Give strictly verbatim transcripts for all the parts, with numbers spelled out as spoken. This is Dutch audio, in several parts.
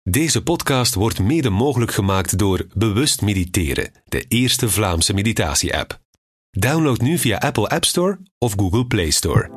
Deze podcast wordt mede mogelijk gemaakt door Bewust Mediteren, de eerste Vlaamse meditatie-app. Download nu via Apple App Store of Google Play Store.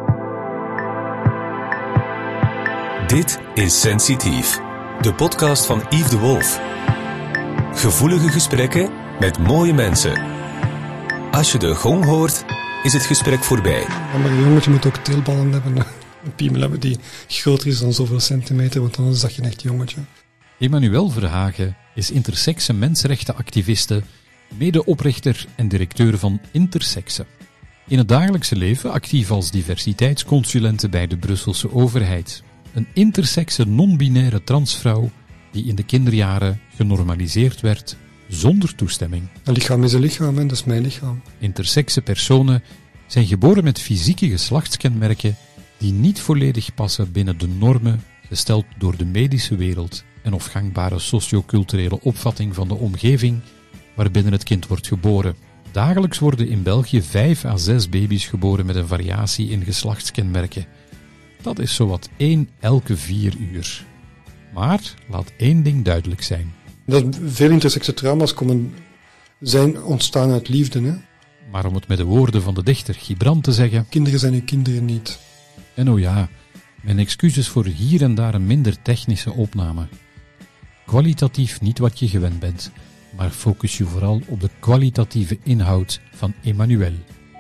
Dit is Sensitief, de podcast van Yves de Wolf. Gevoelige gesprekken met mooie mensen. Als je de gong hoort, is het gesprek voorbij. Ja, maar een jongetje moet ook teelballen hebben. Een piemel hebben die groter is dan zoveel centimeter, want anders is dat geen echt jongetje. Emmanuel Verhagen is intersexe mensenrechtenactiviste, medeoprichter en directeur van Intersexe. In het dagelijkse leven actief als diversiteitsconsulente bij de Brusselse overheid. Een intersexe non-binaire transvrouw die in de kinderjaren genormaliseerd werd zonder toestemming. Een lichaam is een lichaam, hè? Dat is mijn lichaam. Intersexe personen zijn geboren met fysieke geslachtskenmerken die niet volledig passen binnen de normen gesteld door de medische wereld en of gangbare socioculturele opvatting van de omgeving waarbinnen het kind wordt geboren. Dagelijks worden in België vijf à zes baby's geboren met een variatie in geslachtskenmerken. Dat is zowat één elke vier uur. Maar laat één ding duidelijk zijn. Dat veel intersexe trauma's komen, zijn ontstaan uit liefde. Hè? Maar om het met de woorden van de dichter Gibran te zeggen... Kinderen zijn uw kinderen niet. En oh ja, mijn excuses voor hier en daar een minder technische opname. Kwalitatief niet wat je gewend bent, maar focus je vooral op de kwalitatieve inhoud van Emmanuel.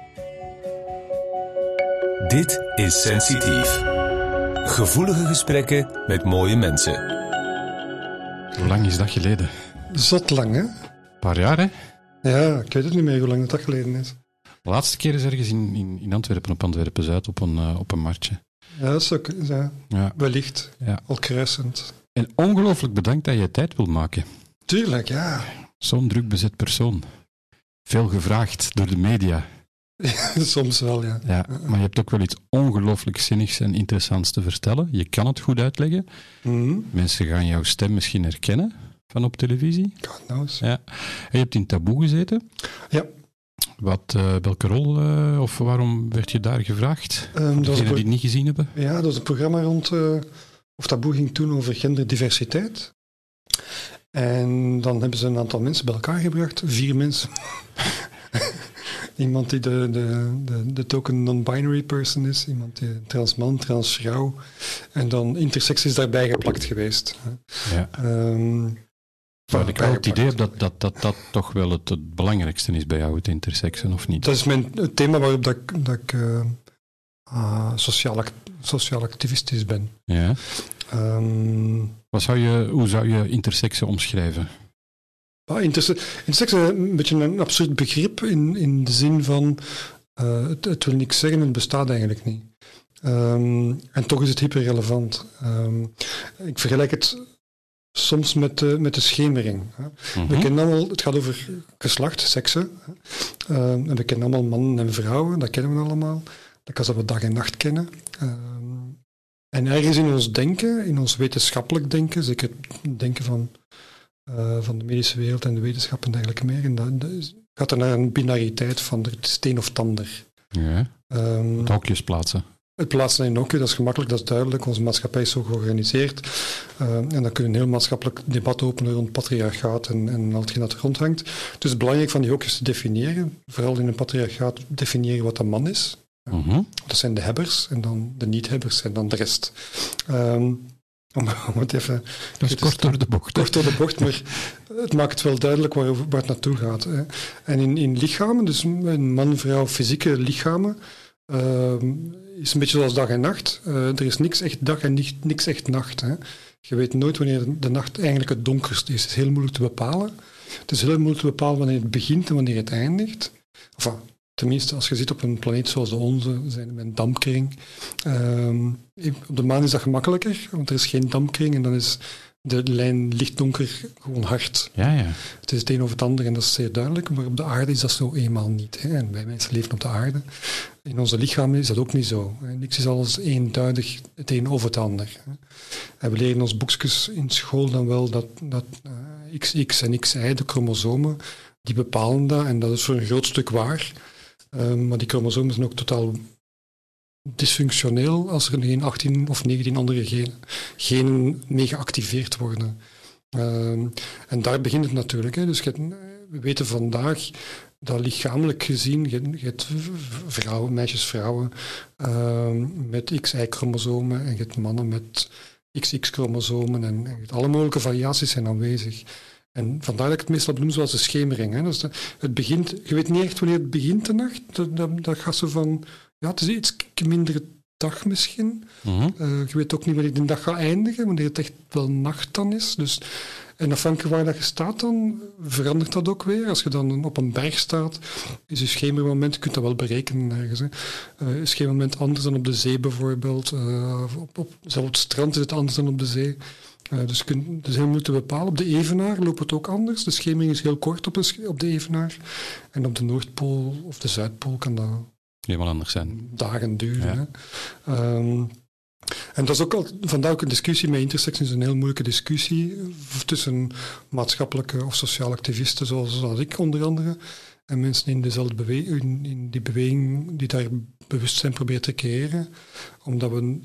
Dit is Sensitief. Gevoelige gesprekken met mooie mensen. Hoe lang is dat geleden? Zot lang, hè? Een paar jaar, hè? Ja, ik weet het niet meer hoe lang dat geleden is. De laatste keer is ergens in, in, in Antwerpen, op Antwerpen-Zuid, op een, uh, op een marktje. Ja, dat is ook, ja, Ja. wellicht. Ja. Al kruisend. En ongelooflijk bedankt dat je tijd wil maken. Tuurlijk, ja. Zo'n druk bezet persoon. Veel gevraagd door de media. Soms wel, ja. Ja, maar je hebt ook wel iets ongelooflijk zinnigs en interessants te vertellen. Je kan het goed uitleggen. Mm-hmm. Mensen gaan jouw stem misschien herkennen van op televisie. God knows. Ja. En je hebt in Taboe gezeten. Ja. Wat, uh, welke rol, uh, of waarom werd je daar gevraagd? Um, Voor dat was degenen een die het niet gezien hebben. Ja, dat was een programma rond... Uh, of Taboe ging toen over genderdiversiteit. En dan hebben ze een aantal mensen bij elkaar gebracht. Vier mensen. Iemand die de, de, de, de token non-binary person is. Iemand die trans man, trans vrouw. En dan intersex is daarbij geplakt geweest. Ja. Um, Maar ik wel het idee heb dat dat, dat dat toch wel het, het belangrijkste is bij jou, het intersexen, of niet? Dat is mijn, het thema waarop dat ik, dat ik uh, uh, sociaal, act, sociaal activistisch ben. Ja. Um, Wat zou je, hoe zou je intersexen omschrijven? Ah, interse- intersex is een beetje een absurd begrip in, in de zin van uh, het, het wil niks zeggen, het bestaat eigenlijk niet. Um, en toch is het hyperrelevant. Um, ik vergelijk het soms met de, met de schemering. Hè. Mm-hmm. We kennen allemaal, het gaat over geslacht, seksen. Hè. Um, en we kennen allemaal mannen en vrouwen, dat kennen we allemaal. Dat is dat we dag en nacht kennen. Um, en ergens in ons denken, in ons wetenschappelijk denken, zeker denken van... Uh, van de medische wereld en de wetenschap en dergelijke meer. En dat, dat is, gaat er naar een binariteit van het is het een of het ander. Ja. Um, Het hokjes plaatsen. Het plaatsen in hokje, dat is gemakkelijk, dat is duidelijk. Onze maatschappij is zo georganiseerd. Uh, en dan kun je een heel maatschappelijk debat openen rond patriarchaat en, en al hetgeen dat er rondhangt. Dus het is belangrijk van die hokjes te definiëren. Vooral in een patriarchaat definiëren wat een man is. Mm-hmm. Dat zijn de hebbers en dan de niet-hebbers en dan de rest. Um, Om, om het even... Dat is kort door de bocht. Kort door de bocht, maar het maakt het wel duidelijk waar, waar het naartoe gaat. Hè. En in, in lichamen, dus een man, vrouw, fysieke lichamen, uh, is een beetje zoals dag en nacht. Uh, er is niks echt dag en niks, niks echt nacht. Hè. Je weet nooit wanneer de nacht eigenlijk het donkerst is. Het is heel moeilijk te bepalen. Het is heel moeilijk te bepalen wanneer het begint en wanneer het eindigt. Enfin, tenminste, als je zit op een planeet zoals de onze, zijn we met een dampkring. Um, op de maan is dat gemakkelijker, want er is geen dampkring en dan is de lijn lichtdonker gewoon hard. Ja, ja. Het is het een of het ander en dat is zeer duidelijk, maar op de aarde is dat zo eenmaal niet. Hè. En wij mensen leven op de aarde. In onze lichamen is dat ook niet zo. Hè. Niks is alles eenduidig het een of het ander. Hè. En we leren in ons boekjes in school dan wel dat, dat uh, X X en X Y, de chromosomen, die bepalen dat en dat is voor een groot stuk waar. Um, maar die chromosomen zijn ook totaal dysfunctioneel als er geen achttien of negentien andere genen, genen mee geactiveerd worden. Uh, en daar begint het natuurlijk. Hè. Dus je, we weten vandaag dat lichamelijk gezien, je, je hebt vrouwen, meisjes, vrouwen uh, met X Y-chromosomen en je hebt mannen met X X-chromosomen en, en alle mogelijke variaties zijn aanwezig. En vandaar dat ik het meestal noem zoals de schemering. Hè. Dus de, het begint, je weet niet echt wanneer het begint de nacht. Dat, dat, dat gaat zo van, ja, het is iets mindere dag misschien. Mm-hmm. Uh, je weet ook niet wanneer de dag gaat eindigen, wanneer het echt wel nacht dan is. Dus, en afhankelijk waar dat je staat dan, verandert dat ook weer. Als je dan op een berg staat, is je schemermoment, je kunt dat wel berekenen ergens. Hè. Uh, is schemermoment anders dan op de zee bijvoorbeeld. Uh, op, op, zelfs op het strand is het anders dan op de zee. Uh, dus het is heel moeilijk te bepalen. Op de Evenaar loopt het ook anders. De schemering is heel kort op, een, op de Evenaar. En op de Noordpool of de Zuidpool kan dat helemaal anders zijn. Dagen duren. Ja. Um, en dat is ook al, vandaar ook een discussie met intersectie, is een heel moeilijke discussie tussen maatschappelijke of sociale activisten, zoals, zoals ik onder andere, en mensen in, dezelfde beweging, in, in die beweging die daar bewustzijn proberen te creëren, omdat we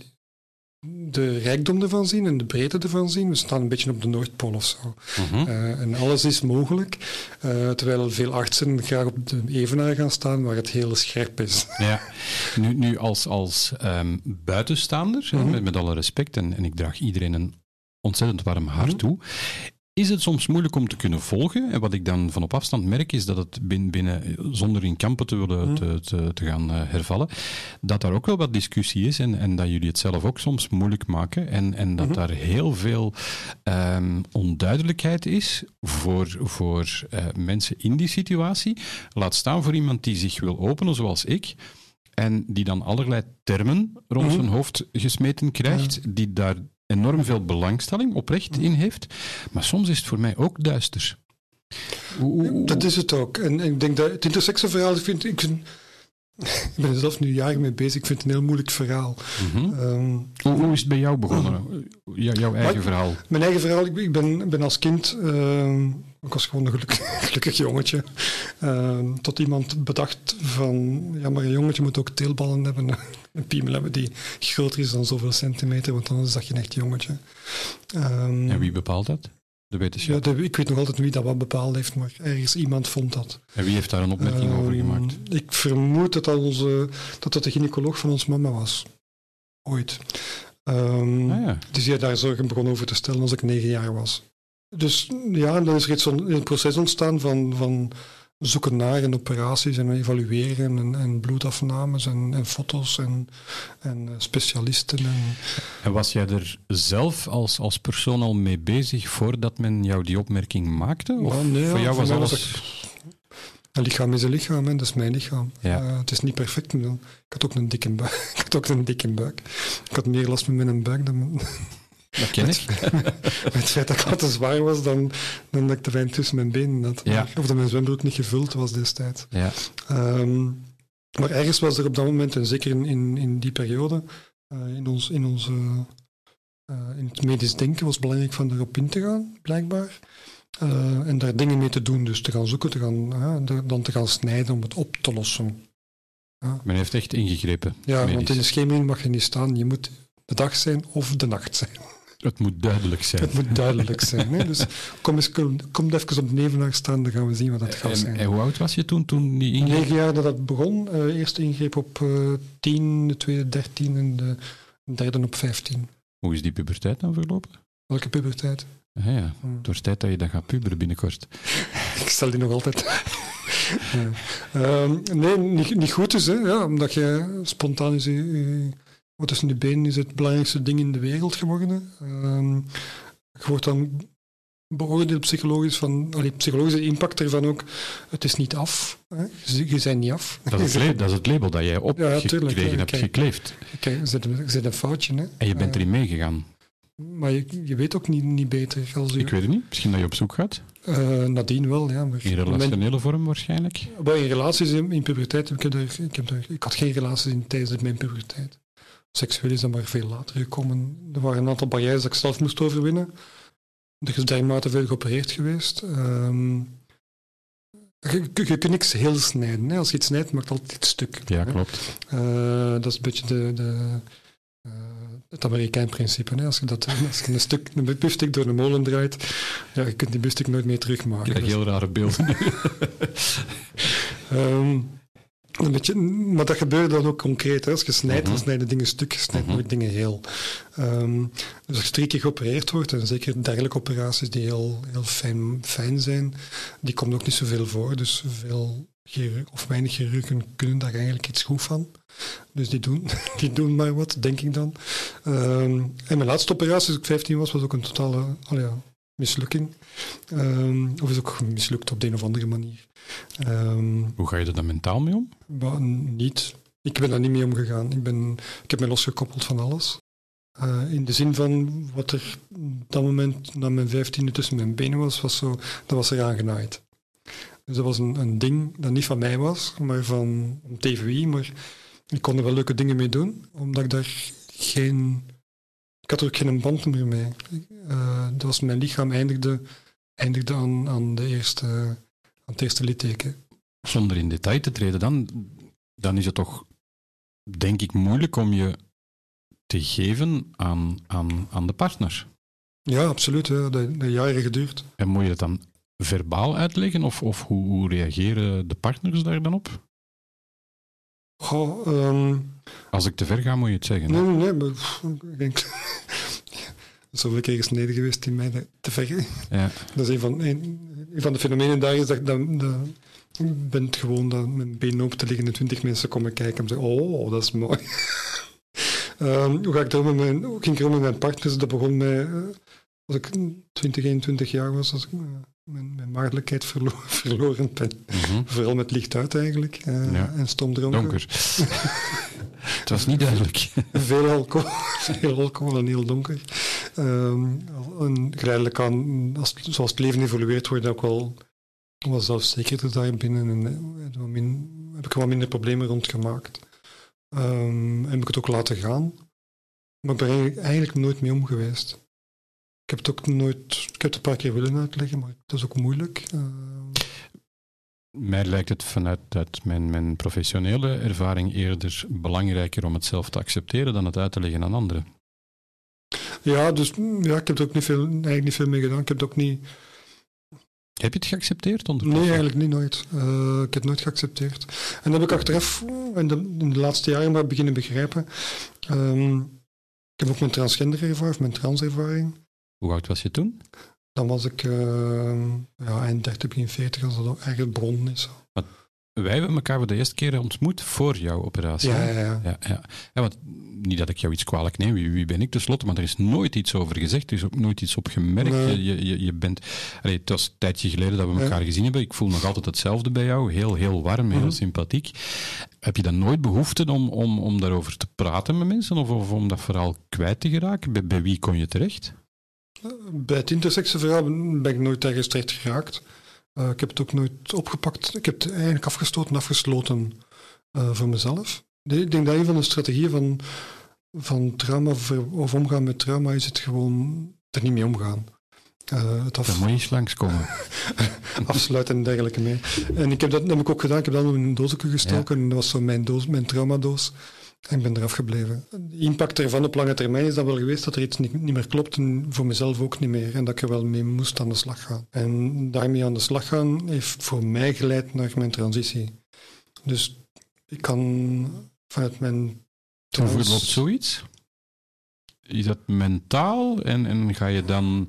de rijkdom ervan zien en de breedte ervan zien. We staan een beetje op de Noordpool of zo. Uh-huh. Uh, en alles is mogelijk, uh, terwijl veel artsen graag op de Evenaar gaan staan waar het heel scherp is. Ja. Nu, nu als, als um, buitenstaander, uh-huh. met, met alle respect, en, en ik draag iedereen een ontzettend warm hart uh-huh. toe, is het soms moeilijk om te kunnen volgen. En wat ik dan van op afstand merk, is dat het binnen, binnen zonder in kampen te willen mm. te, te, te gaan uh, hervallen, dat daar ook wel wat discussie is en, en dat jullie het zelf ook soms moeilijk maken en, en dat mm-hmm. daar heel veel um, onduidelijkheid is voor, voor uh, mensen in die situatie. Laat staan voor iemand die zich wil openen, zoals ik, en die dan allerlei termen rond mm-hmm. zijn hoofd gesmeten krijgt, ja. die daar enorm veel belangstelling oprecht in heeft, maar soms is het voor mij ook duister. Oeh, oeh. Dat is het ook. En, en ik denk dat het intersectieverhaal, ik vind, ik vind, ik ben er zelf nu jaren mee bezig, ik vind het een heel moeilijk verhaal. Mm-hmm. Um, hoe, hoe is het bij jou begonnen? Ja, jouw eigen verhaal? Mijn eigen verhaal, ik, ik ben, ben als kind, uh, ik was gewoon een gelukkig, gelukkig jongetje, uh, tot iemand bedacht van, ja, maar een jongetje moet ook teelballen hebben, een piemel hebben die groter is dan zoveel centimeter, want anders is dat geen echt jongetje. Um, en wie bepaalt dat? De wetenschap? Ja, de, ik weet nog altijd niet wie dat wat bepaald heeft, maar ergens iemand vond dat. En wie heeft daar een opmerking um, over gemaakt? Ik vermoed dat dat, onze, dat dat de gynaecoloog van ons mama was. Ooit. Um, ah, ja. Dus die had daar zorgen begonnen over te stellen als ik negen jaar was. Dus ja, dan is er iets on, een proces ontstaan van, van zoeken naar en operaties en evalueren en, en bloedafnames en, en foto's en, en specialisten. En, en was jij er zelf als, als persoon al mee bezig voordat men jou die opmerking maakte? Of ja, nee, voor jou voor was alles... Was ik, een lichaam is een lichaam, hè, dat is mijn lichaam. Ja. Uh, het is niet perfect. Ik had ook een dikke buik. Ik had ook een dikke buik. Ik had meer last met mijn buik dan mijn... Dat ken ik. Met het feit dat ik al te zwaar was dan, dan dat ik te weinig tussen mijn benen had. Ja. Of dat mijn zwembroek niet gevuld was destijds. Ja. Um, maar ergens was er op dat moment, en zeker in, in, in die periode, uh, in, ons, in, onze, uh, in het medisch denken was het belangrijk van erop in te gaan, blijkbaar. Uh, en daar dingen mee te doen, dus te gaan zoeken, te gaan, uh, dan te gaan snijden om het op te lossen. Ja. Men heeft echt ingegrepen. Ja, medisch. Want in de schemering mag je niet staan, je moet de dag zijn of de nacht zijn. Het moet duidelijk zijn. Het moet duidelijk zijn. Hè? Dus kom, eens, kom, kom even op de Evenaar staan, dan gaan we zien wat dat gaat en, zijn. En hoe oud was je toen, toen die ingreep? Negen jaar dat dat begon. Uh, eerste ingreep op uh, tien, de tweede dertien en de derde op vijftien. Hoe is die puberteit dan verlopen? Welke puberteit? Ah, ja, hmm. Het wordt tijd dat je dan gaat puberen binnenkort. Ik stel die nog altijd. ja. uh, nee, niet, niet goed is, hè? Ja, omdat je spontaan is... Uh, Wat tussen de benen is het belangrijkste ding in de wereld geworden. Um, je wordt dan beoordeeld psychologisch van, allee, psychologische impact ervan ook. Het is niet af. Hè? Je, je bent niet af. Dat is, het, dat is het label dat jij opgekregen ja, ja, hebt kijk, gekleefd. Kijk, er zit, er zit een foutje. Hè? En je bent erin meegegaan. Maar je, je weet ook niet, niet beter. Als je, ik weet het niet. Misschien dat je op zoek gaat. Uh, nadien wel, ja. Maar in relationele mijn, vorm waarschijnlijk? Maar in relaties in, in puberteit, ik, heb er, ik, heb er, ik had geen relaties in, tijdens mijn puberteit. Seksueel is dat maar veel later gekomen. Er waren een aantal barrières dat ik zelf moest overwinnen. Er is dermate veel geopereerd geweest. Um, Je, je, je kunt niks heel snijden. Hè. Als je iets snijdt, maakt het altijd stuk. Ja, hè. klopt. Uh, dat is een beetje de, de, uh, het Amerikaan principe. Hè. Als je, dat, als je een, stuk, een biefstuk door een molen draait, ja, je kunt die biefstuk nooit meer terugmaken. Ik krijg heel rare beelden. um, Een beetje, maar dat gebeurt dan ook concreet. Hè. Als je snijdt, Mm-hmm. dan snijden dingen stuk, je snijdt Mm-hmm. nooit dingen heel. Um, dus als er drie keer geopereerd wordt, en zeker dergelijke operaties die heel, heel fijn, fijn zijn, die komt ook niet zoveel voor. Dus veel chirurg, of weinig chirurgen kunnen daar eigenlijk iets goed van. Dus die doen, die doen maar wat, denk ik dan. Um, en mijn laatste operatie, als ik vijftien was, was ook een totale oh ja, mislukking. Um, of is ook mislukt op de een of andere manier. Um, Hoe ga je er dan mentaal mee om? Maar niet. Ik ben daar niet mee omgegaan. Ik, ben, ik heb mij losgekoppeld van alles. Uh, in de zin van wat er op dat moment na mijn vijftiende tussen mijn benen was, was zo, dat was eraan genaaid. Dus dat was een, een ding dat niet van mij was, maar van T V I. Maar ik kon er wel leuke dingen mee doen, omdat ik daar geen... Ik had er ook geen band meer mee. Uh, dat was mijn lichaam eindigde, eindigde aan, aan, de eerste, aan het eerste litteken. Zonder in detail te treden, dan, dan is het toch, denk ik, moeilijk om je te geven aan, aan, aan de partner. Ja, absoluut. Hè. Dat heeft jaren geduurd. En moet je het dan verbaal uitleggen, of, of hoe, hoe reageren de partners daar dan op? Goh, um... Als ik te ver ga, moet je het zeggen. Nee, hè? nee, nee, maar pff, ik denk... Zoveel keer gesneden geweest in mij te ver. Ja. Dat is een van, een, een van de fenomenen daar is dat, dat, dat ik ben het gewoon dat mijn benen open te liggen en twintig mensen komen kijken en zeggen, oh, dat is mooi. um, hoe ga ik daar met mijn, hoe ging ik erom met mijn partners? Dat begon mij, uh, als ik twintig, eenentwintig jaar was, als ik uh, mijn, mijn maagdelijkheid verlo- verloren ben. Mm-hmm. Vooral met licht uit eigenlijk. Uh, ja. En stomdronken. Donker. Het was niet duidelijk. Veel alcohol, veel alcohol en heel donker. Um, en geleidelijk aan, als, zoals het leven evolueert, word je ook wel wat zelfzekerder daar binnen. En uh, min, heb ik er wat minder problemen rond gemaakt. Um, en heb ik het ook laten gaan. Maar ik ben er eigenlijk nooit mee om geweest. Ik heb het ook nooit... Ik heb het een paar keer willen uitleggen, maar dat is ook moeilijk. Uh, Mij lijkt het vanuit uit mijn, mijn professionele ervaring eerder belangrijker om het zelf te accepteren dan het uit te leggen aan anderen. Ja, dus ja, ik heb er ook niet veel, eigenlijk niet veel mee gedaan. Ik heb het ook niet... Heb je het geaccepteerd ondertussen? Nee, eigenlijk niet nooit. Uh, ik heb het nooit geaccepteerd. En dat heb ik achteraf in de, in de laatste jaren maar beginnen begrijpen. Um, ik heb ook mijn transgender-ervaring, mijn transervaring. Hoe oud was je toen? Dan was ik uh, ja, eind dertig, begin veertig, als dat eigenlijk begonnen is. Maar wij hebben elkaar voor de eerste keer ontmoet voor jouw operatie. Ja, ja, ja. ja, ja. ja want, niet dat ik jou iets kwalijk neem, wie, wie ben ik tenslotte, maar er is nooit iets over gezegd, er is ook nooit iets op gemerkt. Nee. Je, je, je bent, allee, het was een tijdje geleden dat we elkaar ja. gezien hebben, ik voel nog altijd hetzelfde bij jou, heel, heel warm, heel mm-hmm. sympathiek. Heb je dan nooit behoefte om, om, om daarover te praten met mensen, of, of om dat verhaal kwijt te geraken? Bij, bij wie kon je terecht? Bij het interseksverhaal ben ik nooit ergens terecht geraakt. Uh, ik heb het ook nooit opgepakt. Ik heb het eigenlijk afgestoten en afgesloten uh, voor mezelf. Ik denk dat een van de strategieën van, van trauma of omgaan met trauma is het gewoon er niet mee omgaan. Uh, het af... Daar moet je eens langskomen. Afsluiten en dergelijke mee. En ik heb dat, dat heb ik ook gedaan. Ik heb dat in een doosje gestoken. Ja. En dat was zo mijn, doos, mijn traumadoos. En ik ben eraf gebleven. De impact ervan op lange termijn is dan wel geweest dat er iets niet, niet meer klopt en voor mezelf ook niet meer. En dat ik er wel mee moest aan de slag gaan. En daarmee aan de slag gaan heeft voor mij geleid naar mijn transitie. Dus ik kan vanuit mijn... Trans... Hoe verloopt zoiets? Is dat mentaal? En, en ga je dan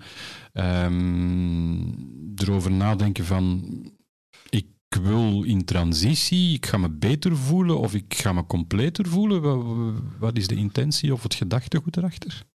um, erover nadenken van... Ik wil in transitie, ik ga me beter voelen of ik ga me completer voelen. Wat, wat is de intentie of het gedachtegoed erachter?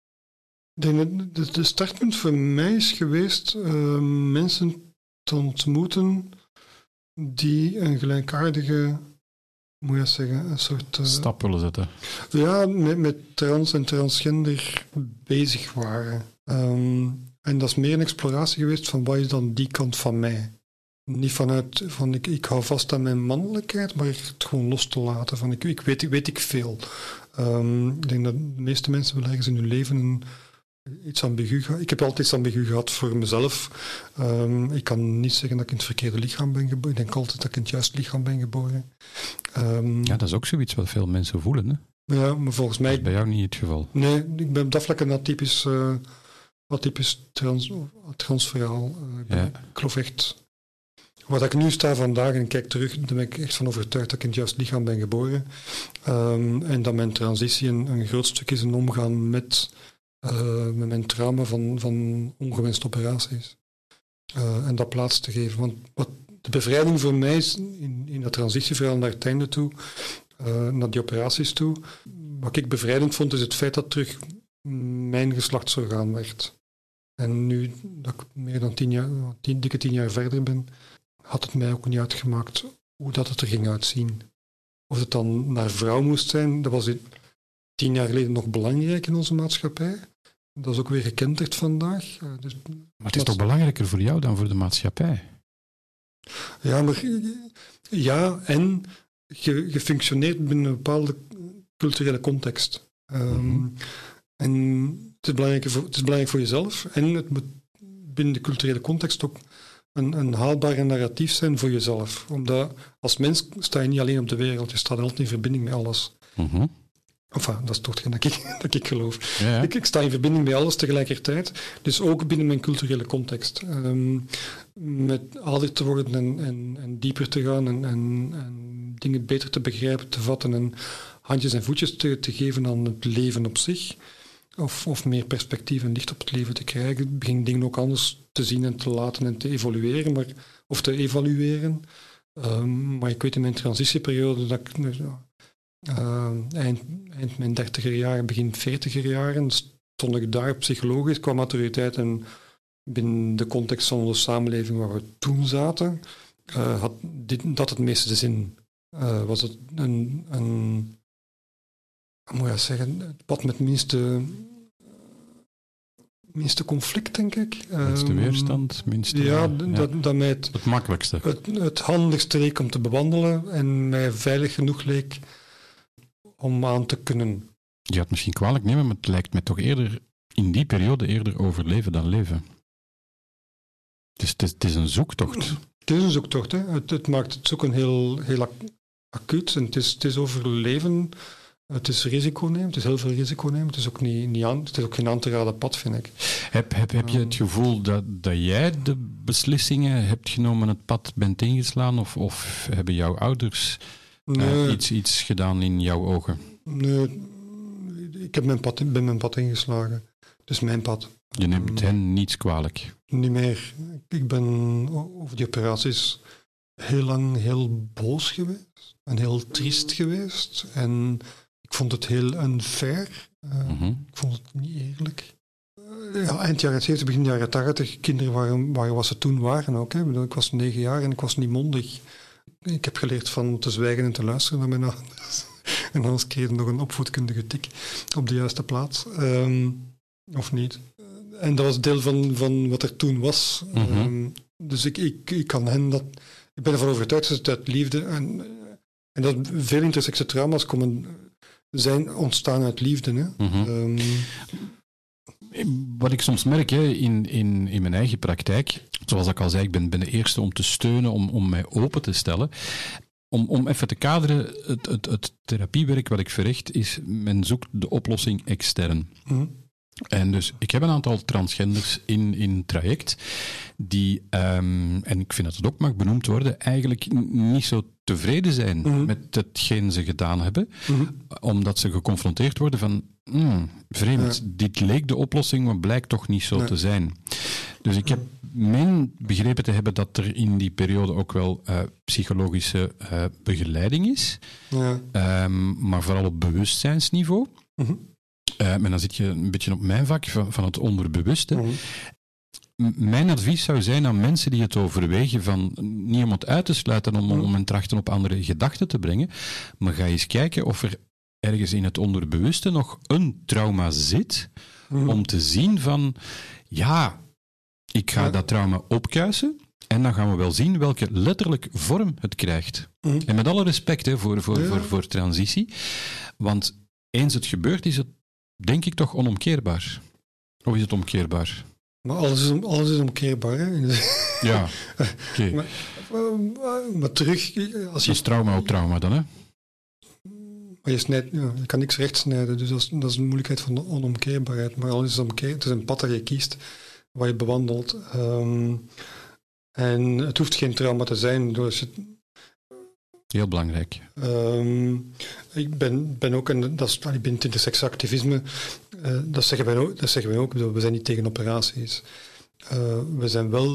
De, de, de startpunt voor mij is geweest uh, mensen te ontmoeten die een gelijkaardige, moet je zeggen, een soort... Uh, stap willen zetten. Ja, met, met trans en transgender bezig waren. Um, en dat is meer een exploratie geweest van wat is dan die kant van mij. Niet vanuit van ik, ik hou vast aan mijn mannelijkheid, maar het gewoon los te laten. Van ik, ik weet, ik weet ik veel. Um, ik denk dat de meeste mensen wel ergens in hun leven een, iets ambigu gehad. Ik heb altijd iets ambigu gehad voor mezelf. Um, ik kan niet zeggen dat ik in het verkeerde lichaam ben geboren. Ik denk altijd dat ik in het juiste lichaam ben geboren. Um, ja, dat is ook zoiets wat veel mensen voelen, hè? Ja, maar volgens mij... Dat is bij jou niet het geval. Nee, ik ben op dat vlak een atypisch, uh, atypisch trans, transverhaal. Uh, ik, ben, ja. ik geloof echt... Waar ik nu sta vandaag en kijk terug, dan ben ik echt van overtuigd dat ik in het juiste lichaam ben geboren. Um, en dat mijn transitie een, een groot stuk is in omgaan met, uh, met mijn trauma van, van ongewenste operaties. Uh, en dat plaats te geven. Want wat de bevrijding voor mij is, in, in dat transitieverhaal naar het einde toe, uh, naar die operaties toe, wat ik bevrijdend vond, is het feit dat terug mijn geslachtsorgaan werd. En nu dat ik meer dan tien jaar, tien, dikke tien jaar verder ben, had het mij ook niet uitgemaakt hoe dat het er ging uitzien. Of het dan naar vrouw moest zijn, dat was tien jaar geleden nog belangrijk in onze maatschappij. Dat is ook weer gekenterd vandaag. Dus maar het is toch belangrijker voor jou dan voor de maatschappij? Ja, maar ja, en je, je functioneert binnen een bepaalde culturele context. Um, mm-hmm. En het is, belangrijk voor, het is belangrijk voor jezelf en het moet binnen de culturele context ook een, een haalbaar narratief zijn voor jezelf. Omdat als mens sta je niet alleen op de wereld, je staat altijd in verbinding met alles. Mm-hmm. Enfin, dat is toch hetgeen dat ik, dat ik geloof. Ja, ja. Ik, ik sta in verbinding met alles tegelijkertijd, dus ook binnen mijn culturele context. Um, met ouder te worden en, en, en dieper te gaan en, en, en dingen beter te begrijpen, te vatten en handjes en voetjes te, te geven aan het leven op zich. Of, of meer perspectief en licht op het leven te krijgen. Begin dingen ook anders te zien en te laten en te evolueren, maar, of te evalueren. Um, maar ik weet in mijn transitieperiode dat ik uh, eind, eind mijn dertiger jaren, begin veertiger jaren, stond ik daar psychologisch qua maturiteit en binnen de context van onze samenleving waar we toen zaten, uh, had dit, dat het meeste de zin. Uh, was het een... een moet je zeggen, het pad met minste, minste conflict, denk ik. Minste weerstand, minste... Ja, ja. Dat, dat mij het, het makkelijkste. Het, het handigste leek om te bewandelen en mij veilig genoeg leek om aan te kunnen. Je gaat misschien kwalijk nemen, maar het lijkt mij toch eerder, in die periode eerder overleven dan leven. Dus het is, het is een zoektocht. Het is een zoektocht, hè. Het, het maakt het zoeken heel, heel ac- acuut en het is, het is overleven... Het is risico nemen, het is heel veel risico nemen. Het is ook, niet, niet aan, het is ook geen aan te raden pad, vind ik. Heb, heb, heb je het gevoel dat, dat jij de beslissingen hebt genomen, het pad bent ingeslaan? Of, of hebben jouw ouders nee. uh, iets, iets gedaan in jouw ogen? Nee, ik heb mijn pad, ben mijn pad ingeslagen. Het is mijn pad. Je neemt um, hen niets kwalijk? Niet meer. Ik ben over die operaties heel lang heel boos geweest. En heel triest geweest. En... Ik vond het heel unfair. Uh, mm-hmm. Ik vond het niet eerlijk. Uh, ja, eind jaren zeventig, begin jaren tachtig, kinderen waren, waren wat ze toen waren ook. Hè. Ik was negen jaar en ik was niet mondig. Ik heb geleerd van te zwijgen en te luisteren naar mijn ouders. En anders kreeg ik nog een opvoedkundige tik op de juiste plaats. Um, of niet. Uh, en dat was deel van, van wat er toen was. Mm-hmm. Um, dus ik, ik, ik kan hen dat... Ik ben ervan overtuigd dat het uit liefde... En, en dat veel intersexe trauma's komen... zijn ontstaan uit liefde. Hè? Mm-hmm. Um... Wat ik soms merk hè, in, in, in mijn eigen praktijk, zoals ik al zei, ik ben, ben de eerste om te steunen, om, om mij open te stellen. Om, om even te kaderen, het, het, het therapiewerk wat ik verricht, is men zoekt de oplossing extern. Mm-hmm. En dus, ik heb een aantal transgenders in, in traject die, um, en ik vind dat het ook mag benoemd worden, eigenlijk niet zo tevreden zijn mm-hmm. met hetgeen ze gedaan hebben, mm-hmm. omdat ze geconfronteerd worden van, mm, vreemd, ja. dit leek de oplossing, maar blijkt toch niet zo ja. te zijn. Dus ik heb mijn begrepen te hebben dat er in die periode ook wel uh, psychologische uh, begeleiding is, ja. um, maar vooral op bewustzijnsniveau. Mm-hmm. Uh, maar dan zit je een beetje op mijn vak van, van het onderbewuste. Mm-hmm. M- mijn advies zou zijn aan mensen die het overwegen van niet om het uit te sluiten, om, mm-hmm. om hen trachten op andere gedachten te brengen, maar ga eens kijken of er ergens in het onderbewuste nog een trauma zit, mm-hmm. om te zien van, ja, ik ga ja. dat trauma opkuisen en dan gaan we wel zien welke letterlijk vorm het krijgt. Mm-hmm. En met alle respect hè, voor, voor, ja. voor, voor transitie, want eens het gebeurt is het denk ik toch onomkeerbaar. Of is het omkeerbaar? Maar alles is, alles is omkeerbaar. Hè? Ja, oké. Okay. maar, maar, maar terug... Als je... Dat is trauma op trauma dan, hè? Maar je, snijdt, ja, je kan niks recht snijden, dus dat is, dat is een moeilijkheid van de onomkeerbaarheid. Maar alles is omkeer, het is een pad dat je kiest, waar je bewandelt. Um, en het hoeft geen trauma te zijn. Dus het, Heel belangrijk. Um, ik ben, ben ook, en dat is, ik ben in het interseksactivisme, uh, dat zeggen wij ook, dat zeggen wij ook, we zijn niet tegen operaties. Uh, we zijn wel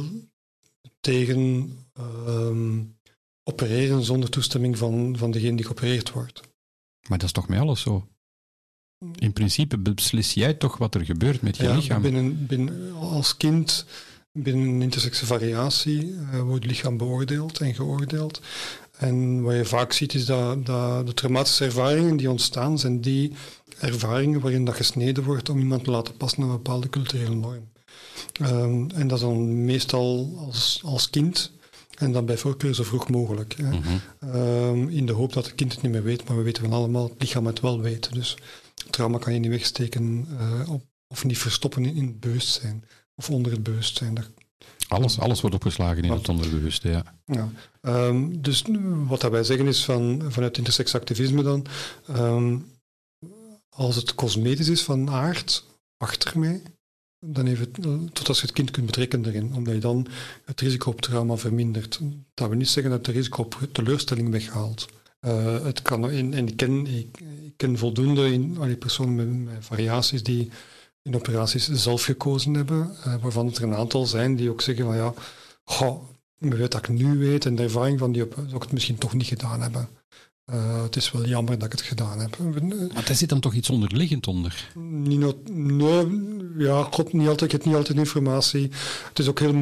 tegen um, opereren zonder toestemming van, van degene die geopereerd wordt. Maar dat is toch met alles zo? In principe beslis jij toch wat er gebeurt met je ja, lichaam? Binnen, binnen, als kind, binnen een intersekse variatie, uh, wordt het lichaam beoordeeld en geoordeeld. En wat je vaak ziet is dat, dat de traumatische ervaringen die ontstaan, zijn die ervaringen waarin dat gesneden wordt om iemand te laten passen aan een bepaalde culturele norm. Um, en dat is dan meestal als, als kind en dan bij voorkeur zo vroeg mogelijk. Hè. Mm-hmm. Um, in de hoop dat het kind het niet meer weet, maar we weten van allemaal, het lichaam het wel weet. Dus trauma kan je niet wegsteken uh, op, of niet verstoppen in, in het bewustzijn of onder het bewustzijn. Dat, Alles, alles wordt opgeslagen in wat, het onderbewuste, ja. ja. Um, dus wat dat wij zeggen is van, vanuit interseksactivisme dan, um, als het cosmetisch is van aard, achter mij, dan even, tot als je het kind kunt betrekken erin, omdat je dan het risico op trauma vermindert. Dat wil niet zeggen dat het risico op teleurstelling weghaalt. Uh, het kan, en, en ik, ken, ik, ik ken voldoende in, allee, personen met, met variaties die in operaties zelf gekozen hebben, uh, waarvan er een aantal zijn die ook zeggen van ja, goh, met wat ik nu weet en de ervaring van die op, zou ik het misschien toch niet gedaan hebben. Uh, het is wel jammer dat ik het gedaan heb. Maar daar zit dan toch iets onderliggend onder? Niet no, nee, ja, god, niet altijd, ik heb niet altijd informatie. Het is ook heel...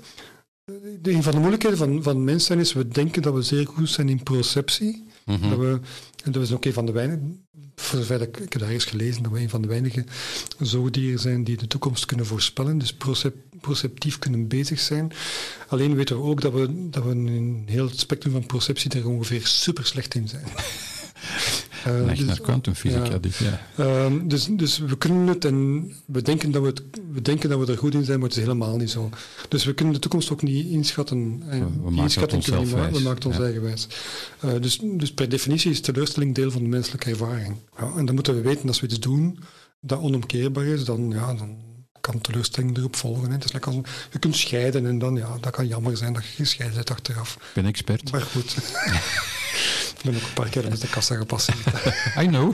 Een van de moeilijkheden van, van mens zijn is, we denken dat we zeer goed zijn in proceptie. Mm-hmm. Dat we, en dat is ook een van de weinigen, voor zover ik, ik heb daar eens gelezen, dat we een van de weinige zoogdieren zijn die de toekomst kunnen voorspellen, dus procep, proceptief kunnen bezig zijn. Alleen weten we ook dat we, dat we in heel het spectrum van proceptie er ongeveer super slecht in zijn. Uh, Echt dus, naar kwantumfysica. Ja. Dus, ja. uh, dus, dus we kunnen het en we denken, dat we het, we denken dat we er goed in zijn, maar het is helemaal niet zo. Dus we kunnen de toekomst ook niet inschatten. En we, we maken het onszelf wijs. We maken het ons ja. eigen wijs. Uh, dus, dus per definitie is teleurstelling deel van de menselijke ervaring. Ja, en dan moeten we weten, als we iets doen dat onomkeerbaar is, dan, ja, dan kan teleurstelling erop volgen. Hè. Het is like als, je kunt scheiden en dan, ja, dat kan jammer zijn dat je gescheiden bent achteraf. Ik ben expert. Maar goed. Ik ben ook een paar keer met de kassa gepasseerd. I know.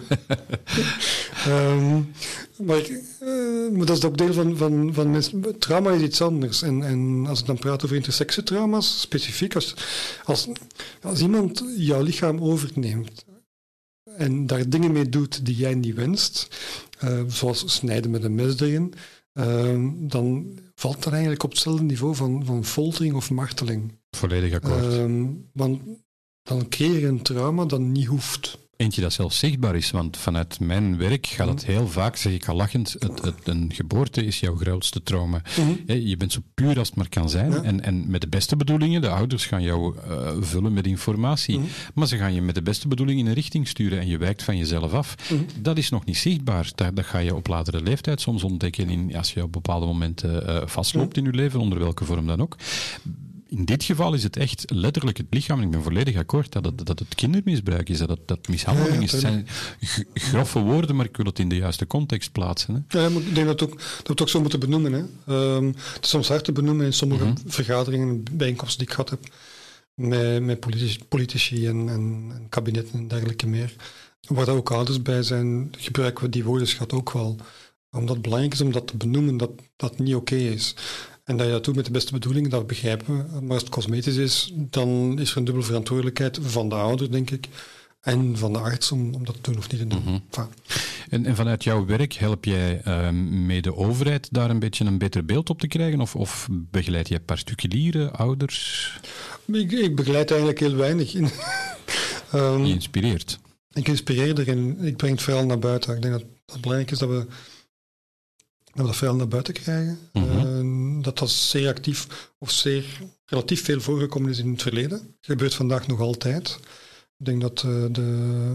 um, maar, uh, maar dat is ook deel van, van, van mensen. Trauma is iets anders. En, en als ik dan praat over intersekse trauma's, specifiek, als, als, als iemand jouw lichaam overneemt en daar dingen mee doet die jij niet wenst, uh, zoals snijden met een mes erin, uh, dan valt dat eigenlijk op hetzelfde niveau van, van foltering of marteling. Volledig akkoord. Uh, want dan creëer je een trauma dat niet hoeft. Eentje dat zelfs zichtbaar is, want vanuit mijn werk gaat het heel vaak, zeg ik al lachend, het, het, een geboorte is jouw grootste trauma. Mm-hmm. Je bent zo puur als het maar kan zijn. Ja. En, en met de beste bedoelingen, de ouders gaan jou uh, vullen met informatie, mm-hmm. maar ze gaan je met de beste bedoelingen in een richting sturen en je wijkt van jezelf af. Mm-hmm. Dat is nog niet zichtbaar. Dat, dat ga je op latere leeftijd soms ontdekken, in, als je op bepaalde momenten uh, vastloopt mm-hmm. in je leven, onder welke vorm dan ook. In dit geval is het echt letterlijk het lichaam, en ik ben volledig akkoord, dat het, dat het kindermisbruik is, dat het dat mishandeling ja, ja, is. Het zijn g- grove woorden, maar ik wil het in de juiste context plaatsen. Hè. Ja, maar ik denk dat we het ook, dat we het ook zo moeten benoemen. Hè. Um, het is soms hard te benoemen in sommige mm-hmm. vergaderingen en bijeenkomsten die ik gehad heb met, met politici, politici en, en, en kabinetten en dergelijke meer. Waar daar ook ouders bij zijn, gebruiken we die woordenschat ook wel. Omdat het belangrijk is om dat te benoemen, dat dat niet oké okay is. En dat je dat doet met de beste bedoelingen, dat begrijpen we. Maar als het cosmetisch is, dan is er een dubbele verantwoordelijkheid van de ouder, denk ik, en van de arts om, om dat te doen of niet te doen. Mm-hmm. Enfin. En, en vanuit jouw werk help jij uh, mee de overheid daar een beetje een beter beeld op te krijgen? Of, of begeleid jij particulieren, ouders? Ik, ik begeleid eigenlijk heel weinig. um, Je inspireert? Ik inspireer erin. Ik breng het vooral naar buiten. Ik denk dat het belangrijk is dat we dat we dat vooral naar buiten krijgen. Mm-hmm. Uh, dat dat zeer actief of zeer relatief veel voorgekomen is in het verleden. Het gebeurt vandaag nog altijd. Ik denk dat uh, de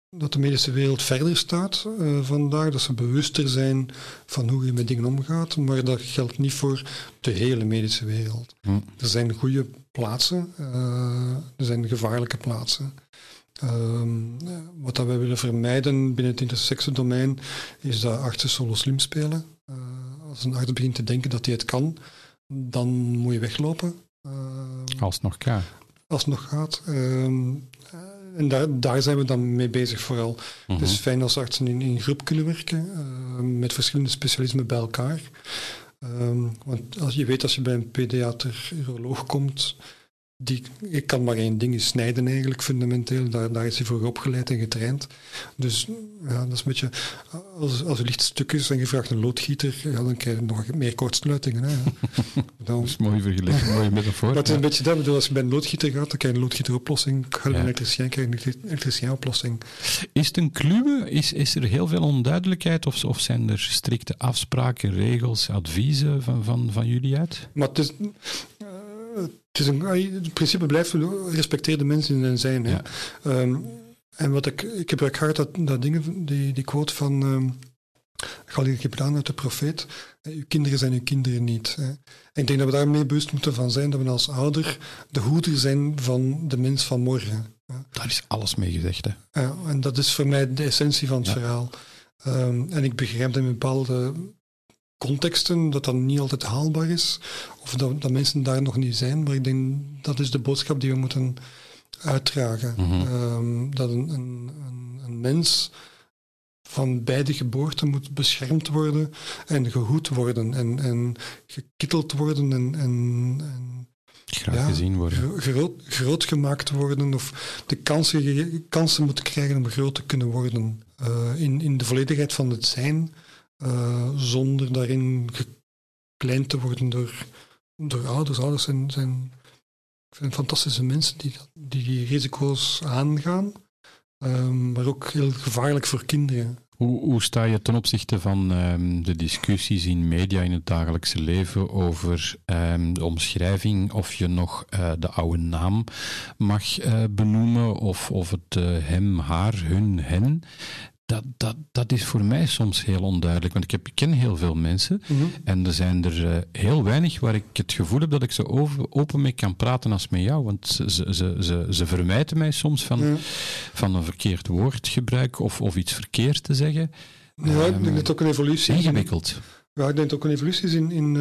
dat de medische wereld verder staat uh, vandaag, dat ze bewuster zijn van hoe je met dingen omgaat, maar dat geldt niet voor de hele medische wereld. Mm. Er zijn goede plaatsen, uh, er zijn gevaarlijke plaatsen. Um, wat dat wij willen vermijden binnen het intersexe domein is dat artsen solo slim spelen. Uh, als een arts begint te denken dat hij het kan, dan moet je weglopen. Uh, als het nog kan. Als het nog gaat. Um, en daar, daar zijn we dan mee bezig vooral. Mm-hmm. Het is fijn als artsen in, in groep kunnen werken, uh, met verschillende specialismen bij elkaar. Um, want als je weet, als je bij een pediater-uroloog komt, die ik kan maar één ding, is snijden eigenlijk fundamenteel. Daar, daar is hij voor opgeleid en getraind. Dus ja, dat is een beetje, als, als er licht stuk is en je vraagt een loodgieter, ja, dan krijg je nog meer kortsluitingen. Hè. Dan, dat is mooi vergeleken, mooie metafoor. Maar het is een beetje dat, bedoel, als je bij een loodgieter gaat, dan krijg je een loodgieteroplossing. Ga je bij een elektricien, krijg je een elektricienoplossing. Is het een kluwe? Is, is er heel veel onduidelijkheid? Of, of zijn er strikte afspraken, regels, adviezen van, van, van jullie uit? Maar het is... Het, is een, het principe blijft respecteer de mensen in hun zijn. Hè. Ja. Um, en wat ik, ik heb ook gehad dat, dat dingen, die, die quote van um, Khalil Gibran uit de profeet, uw kinderen zijn uw kinderen niet. Hè. En ik denk dat we daar mee bewust moeten van zijn, dat we als ouder de hoeder zijn van de mens van morgen. Hè. Daar is alles mee gezegd. Hè. Ja, en dat is voor mij de essentie van het ja. verhaal. Um, en ik begrijp dat in bepaalde contexten dat dat niet altijd haalbaar is, of dat, dat mensen daar nog niet zijn, maar ik denk dat is de boodschap die we moeten uitdragen. Mm-hmm. Um, dat een, een, een, een mens van bij de geboorte moet beschermd worden en gehoed worden en, en gekitteld worden en, en, en graag ja, gezien worden. Groot, groot gemaakt worden of de kansen, kansen moeten krijgen om groot te kunnen worden uh, in, in de volledigheid van het zijn. Uh, zonder daarin gekleind te worden door, door ouders. Ouders zijn, zijn, zijn fantastische mensen die, die die risico's aangaan, um, maar ook heel gevaarlijk voor kinderen. Hoe, hoe sta je ten opzichte van um, de discussies in media in het dagelijkse leven over um, de omschrijving of je nog uh, de oude naam mag uh, benoemen of, of het uh, hem, haar, hun, hen? Dat, dat, dat is voor mij soms heel onduidelijk, want ik, heb, ik ken heel veel mensen mm-hmm. en er zijn er uh, heel weinig waar ik het gevoel heb dat ik zo over, open mee kan praten als met jou, want ze, ze, ze, ze, ze vermijden mij soms van, mm. van een verkeerd woordgebruik of, of iets verkeerd te zeggen. Ja, um, ik denk dat het ook een evolutie is. Ingewikkeld. In, ja, ik denk dat het ook een evolutie is in, in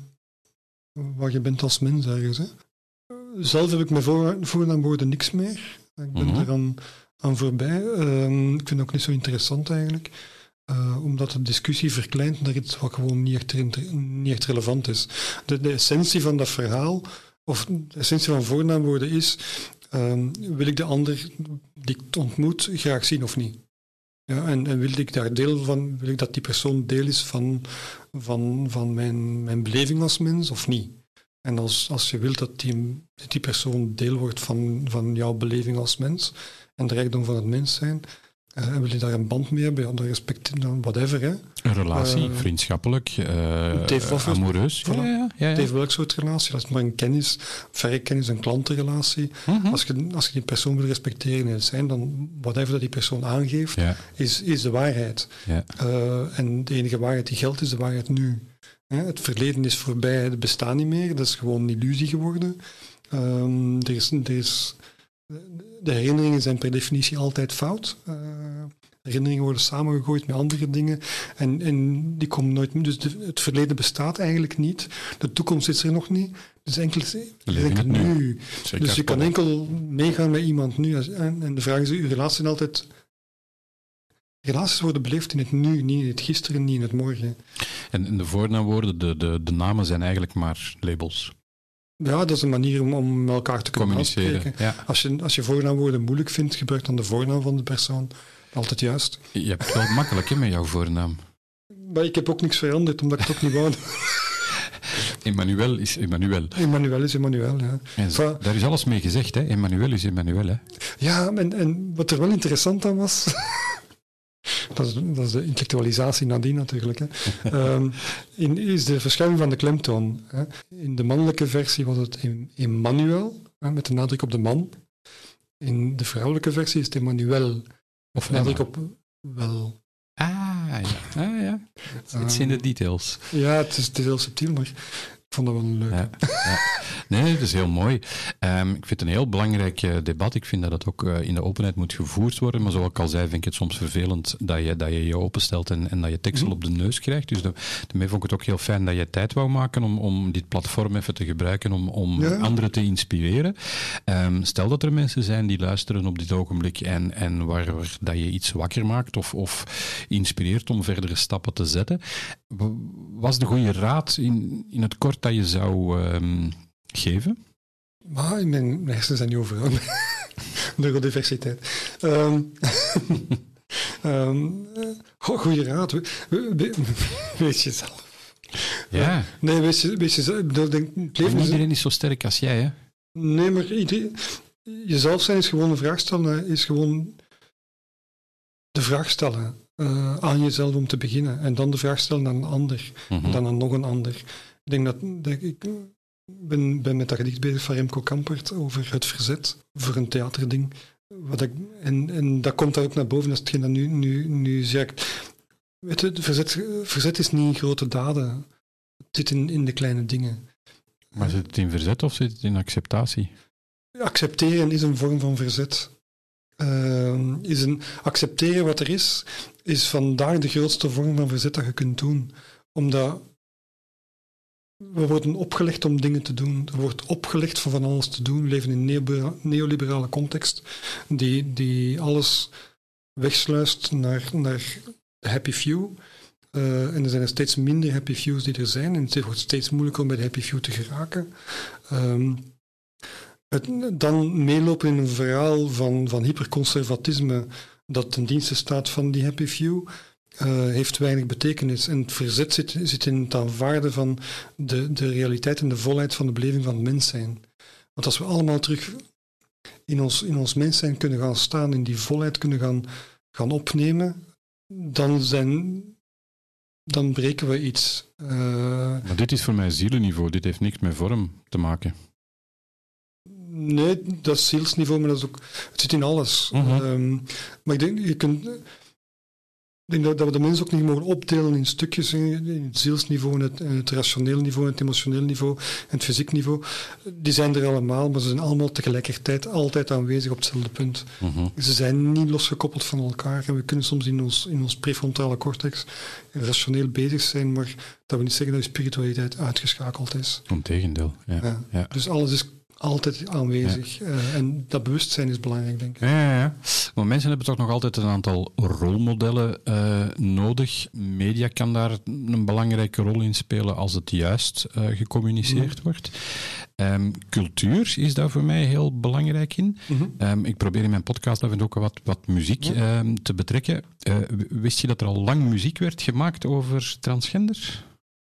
uh, waar je bent als mens ergens. Hè. Zelf heb ik mijn voor, voornaamwoorden niks meer. Ik ben mm-hmm. eraan... aan voorbij. Uh, ik vind het ook niet zo interessant eigenlijk, uh, omdat de discussie verkleint naar iets wat gewoon niet echt, niet echt relevant is. De, de essentie van dat verhaal, of de essentie van voornaamwoorden is, uh, wil ik de ander die ik ontmoet graag zien of niet? Ja, en, en wil ik daar deel van, wil ik dat die persoon deel is van, van, van mijn, mijn beleving als mens of niet? En als, als je wilt dat die, dat die persoon deel wordt van, van jouw beleving als mens en de rijkdom van het mens zijn, uh, en wil je daar een band mee hebben, ja, respect, whatever. Hè. Een relatie, uh, vriendschappelijk, uh, amoureus. Voilà. Ja, ja, ja, ja. Het heeft welk soort relatie. Als het maar een kennis, verre kennis, een klantenrelatie. Mm-hmm. Als, je, als je die persoon wil respecteren in het zijn, dan whatever dat die persoon aangeeft, ja. is, is de waarheid. Ja. Uh, en de enige waarheid die geldt, is de waarheid nu. Het verleden is voorbij, het bestaat niet meer, dat is gewoon een illusie geworden. Um, er is, er is, de herinneringen zijn per definitie altijd fout. Uh, herinneringen worden samengegooid met andere dingen en, en die komen nooit meer. Dus de, het verleden bestaat eigenlijk niet, de toekomst is er nog niet. Dus enkel, enkel nu. nu. Dus je kan enkel meegaan met iemand nu. En, en de vraag is, uw relaties zijn altijd... Relaties worden beleefd in het nu, niet in het gisteren, niet in het morgen. En, en de voornaamwoorden, de, de, de namen zijn eigenlijk maar labels. Ja, dat is een manier om, om met elkaar te kunnen communiceren. Ja. Als je, als je voornaamwoorden moeilijk vindt, gebruik dan de voornaam van de persoon. Altijd juist. Je hebt het wel makkelijk hè, met jouw voornaam. Maar ik heb ook niks veranderd, omdat ik het ook niet wou. Emmanuel is Emmanuel. Emmanuel is Emmanuel, ja. En zo, daar is alles mee gezegd, hè. Emmanuel is Emmanuel, hè. Ja, en, en wat er wel interessant aan was... Dat is, dat is de intellectualisatie nadien natuurlijk. Hè. um, in, is de verschuiving van de klemtoon. Hè. In de mannelijke versie was het Emmanuel, hè, met de nadruk op de man. In de vrouwelijke versie is het Emmanuel, Of nadruk op wel. Ah, ja. Ah, ja. Het zijn de details. Ja, het is, het is heel subtiel, maar ik vond dat wel leuk. Ja, ja. Nee, dat is heel mooi. Um, ik vind het een heel belangrijk uh, debat. Ik vind dat het ook uh, in de openheid moet gevoerd worden. Maar zoals ik al zei, vind ik het soms vervelend dat je dat je, je openstelt en, en dat je tekstel mm-hmm. op de neus krijgt. Dus de, daarmee vond ik het ook heel fijn dat je tijd wou maken om, om dit platform even te gebruiken om, om ja. anderen te inspireren. Um, stel dat er mensen zijn die luisteren op dit ogenblik en, en waar, waar dat je iets wakker maakt of, of inspireert om verdere stappen te zetten. Was de goede raad in, in het kort dat je zou um, geven? Maar mijn, mijn hersenen zijn niet overal. Neurodiversiteit. Um, um, oh, goeie raad. We, we, we, weet je zelf. Ja. Nee, weet je, weet je zelf. Ik bedoel, denk, het leven iedereen is zo sterk als jij, hè? Nee, maar iedereen, jezelf zijn is gewoon een vraag stellen. Is gewoon de vraag stellen uh, aan jezelf om te beginnen. En dan de vraag stellen aan een ander. Mm-hmm. En dan aan nog een ander. Ik denk dat, dat ik... Ik ben, ben met dat gedicht bezig van Remco Kampert over het verzet voor een theaterding. Wat ik, en, en dat komt daar ook naar boven, dat is hetgeen dat nu, nu, nu zegt. Weet je, verzet, verzet is niet in grote daden. Het zit in, in de kleine dingen. Maar zit het in verzet of zit het in acceptatie? Accepteren is een vorm van verzet. Uh, is een, accepteren wat er is, is vandaag de grootste vorm van verzet dat je kunt doen. Omdat we worden opgelegd om dingen te doen. Er wordt opgelegd van van alles te doen. We leven in een neoliberale context die, die alles wegsluist naar, naar de happy few. Uh, en er zijn er steeds minder happy fews die er zijn. En het wordt steeds moeilijker om bij de happy few te geraken. Um, het, dan meelopen in een verhaal van, van hyperconservatisme dat ten dienste staat van die happy few. Uh, heeft weinig betekenis. En het verzet zit, zit in het aanvaarden van de, de realiteit en de volheid van de beleving van het mens zijn. Want als we allemaal terug in ons, in ons mens zijn kunnen gaan staan, in die volheid kunnen gaan, gaan opnemen, dan, zijn, dan breken we iets. Uh, maar dit is voor mij zielenniveau, dit heeft niks met vorm te maken. Nee, dat is zielsniveau, maar dat is ook, het zit in alles. Uh-huh. Um, maar ik denk, je kunt... Ik denk dat, dat we de mensen ook niet mogen opdelen in stukjes, in het zielsniveau, het, het rationeel niveau, het emotioneel niveau en het fysiek niveau. Die zijn er allemaal, maar ze zijn allemaal tegelijkertijd altijd aanwezig op hetzelfde punt. Uh-huh. Ze zijn niet losgekoppeld van elkaar en we kunnen soms in ons, in ons prefrontale cortex rationeel bezig zijn, maar dat wil niet zeggen dat je spiritualiteit uitgeschakeld is. Integendeel, ja. Ja. Ja. Dus alles is altijd aanwezig. Ja. Uh, en dat bewustzijn is belangrijk, denk ik. Ja, ja, ja. Maar mensen hebben toch nog altijd een aantal rolmodellen uh, nodig. Media kan daar een belangrijke rol in spelen als het juist uh, gecommuniceerd mm. wordt. Um, cultuur is daar voor mij heel belangrijk in. Mm-hmm. Um, ik probeer in mijn podcast af en toe ook wat, wat muziek ja. um, te betrekken. Uh, wist je dat er al lang muziek werd gemaakt over transgender?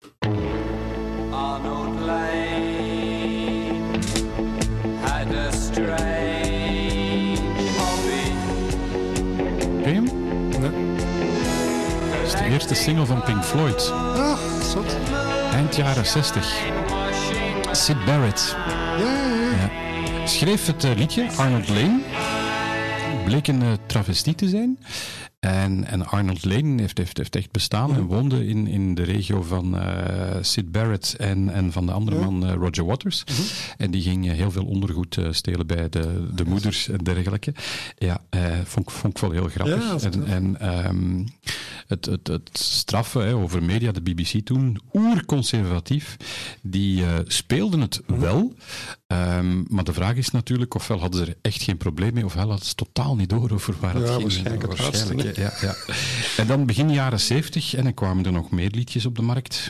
Ken je hem? Nee. Dat is de eerste single van Pink Floyd. Ah, zot. Eind jaren zestig. Syd Barrett. Ja, ja, ja. Ja. Schreef het uh, liedje, Arnold Layne. Bleek een uh, travestie te zijn. En, en Arnold Layne heeft, heeft, heeft echt bestaan ja. en woonde in, in de regio van uh, Syd Barrett en, en van de andere ja. man uh, Roger Waters. Uh-huh. En die ging uh, heel veel ondergoed uh, stelen bij de, de moeders en dergelijke. Ja, uh, vond, vond ik wel heel grappig. Ja, en en um, het, het, het straffen hè, over media, de B B C toen, oerconservatief, die uh, speelden het uh-huh. wel. Um, maar de vraag is natuurlijk, ofwel hadden ze er echt geen probleem mee, ofwel hadden ze totaal niet door over waar het ja, ging. Waarschijnlijk, het waarschijnlijk ja, ja. En dan begin jaren zeventig en dan kwamen er nog meer liedjes op de markt.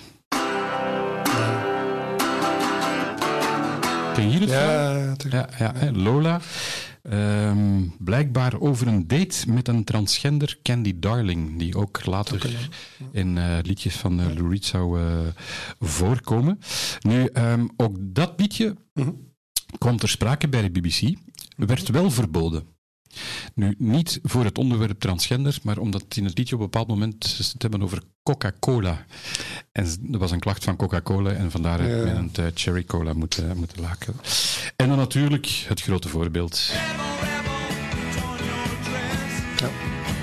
Ken je het? Ja, ja, ja, ja, Lola. Um, blijkbaar over een date met een transgender Candy Darling, die ook later okay, ja. in uh, liedjes van uh, Lou Reed zou uh, voorkomen. Nu, um, ook dat liedje uh-huh. kwam ter sprake bij de B B C, werd wel verboden. Nu, niet voor het onderwerp transgender, maar omdat in het liedje op een bepaald moment het hebben over Coca-Cola. En er was een klacht van Coca-Cola en vandaar heeft ja. men het uh, Cherry Cola moeten, moeten laken. En dan natuurlijk het grote voorbeeld. Ja.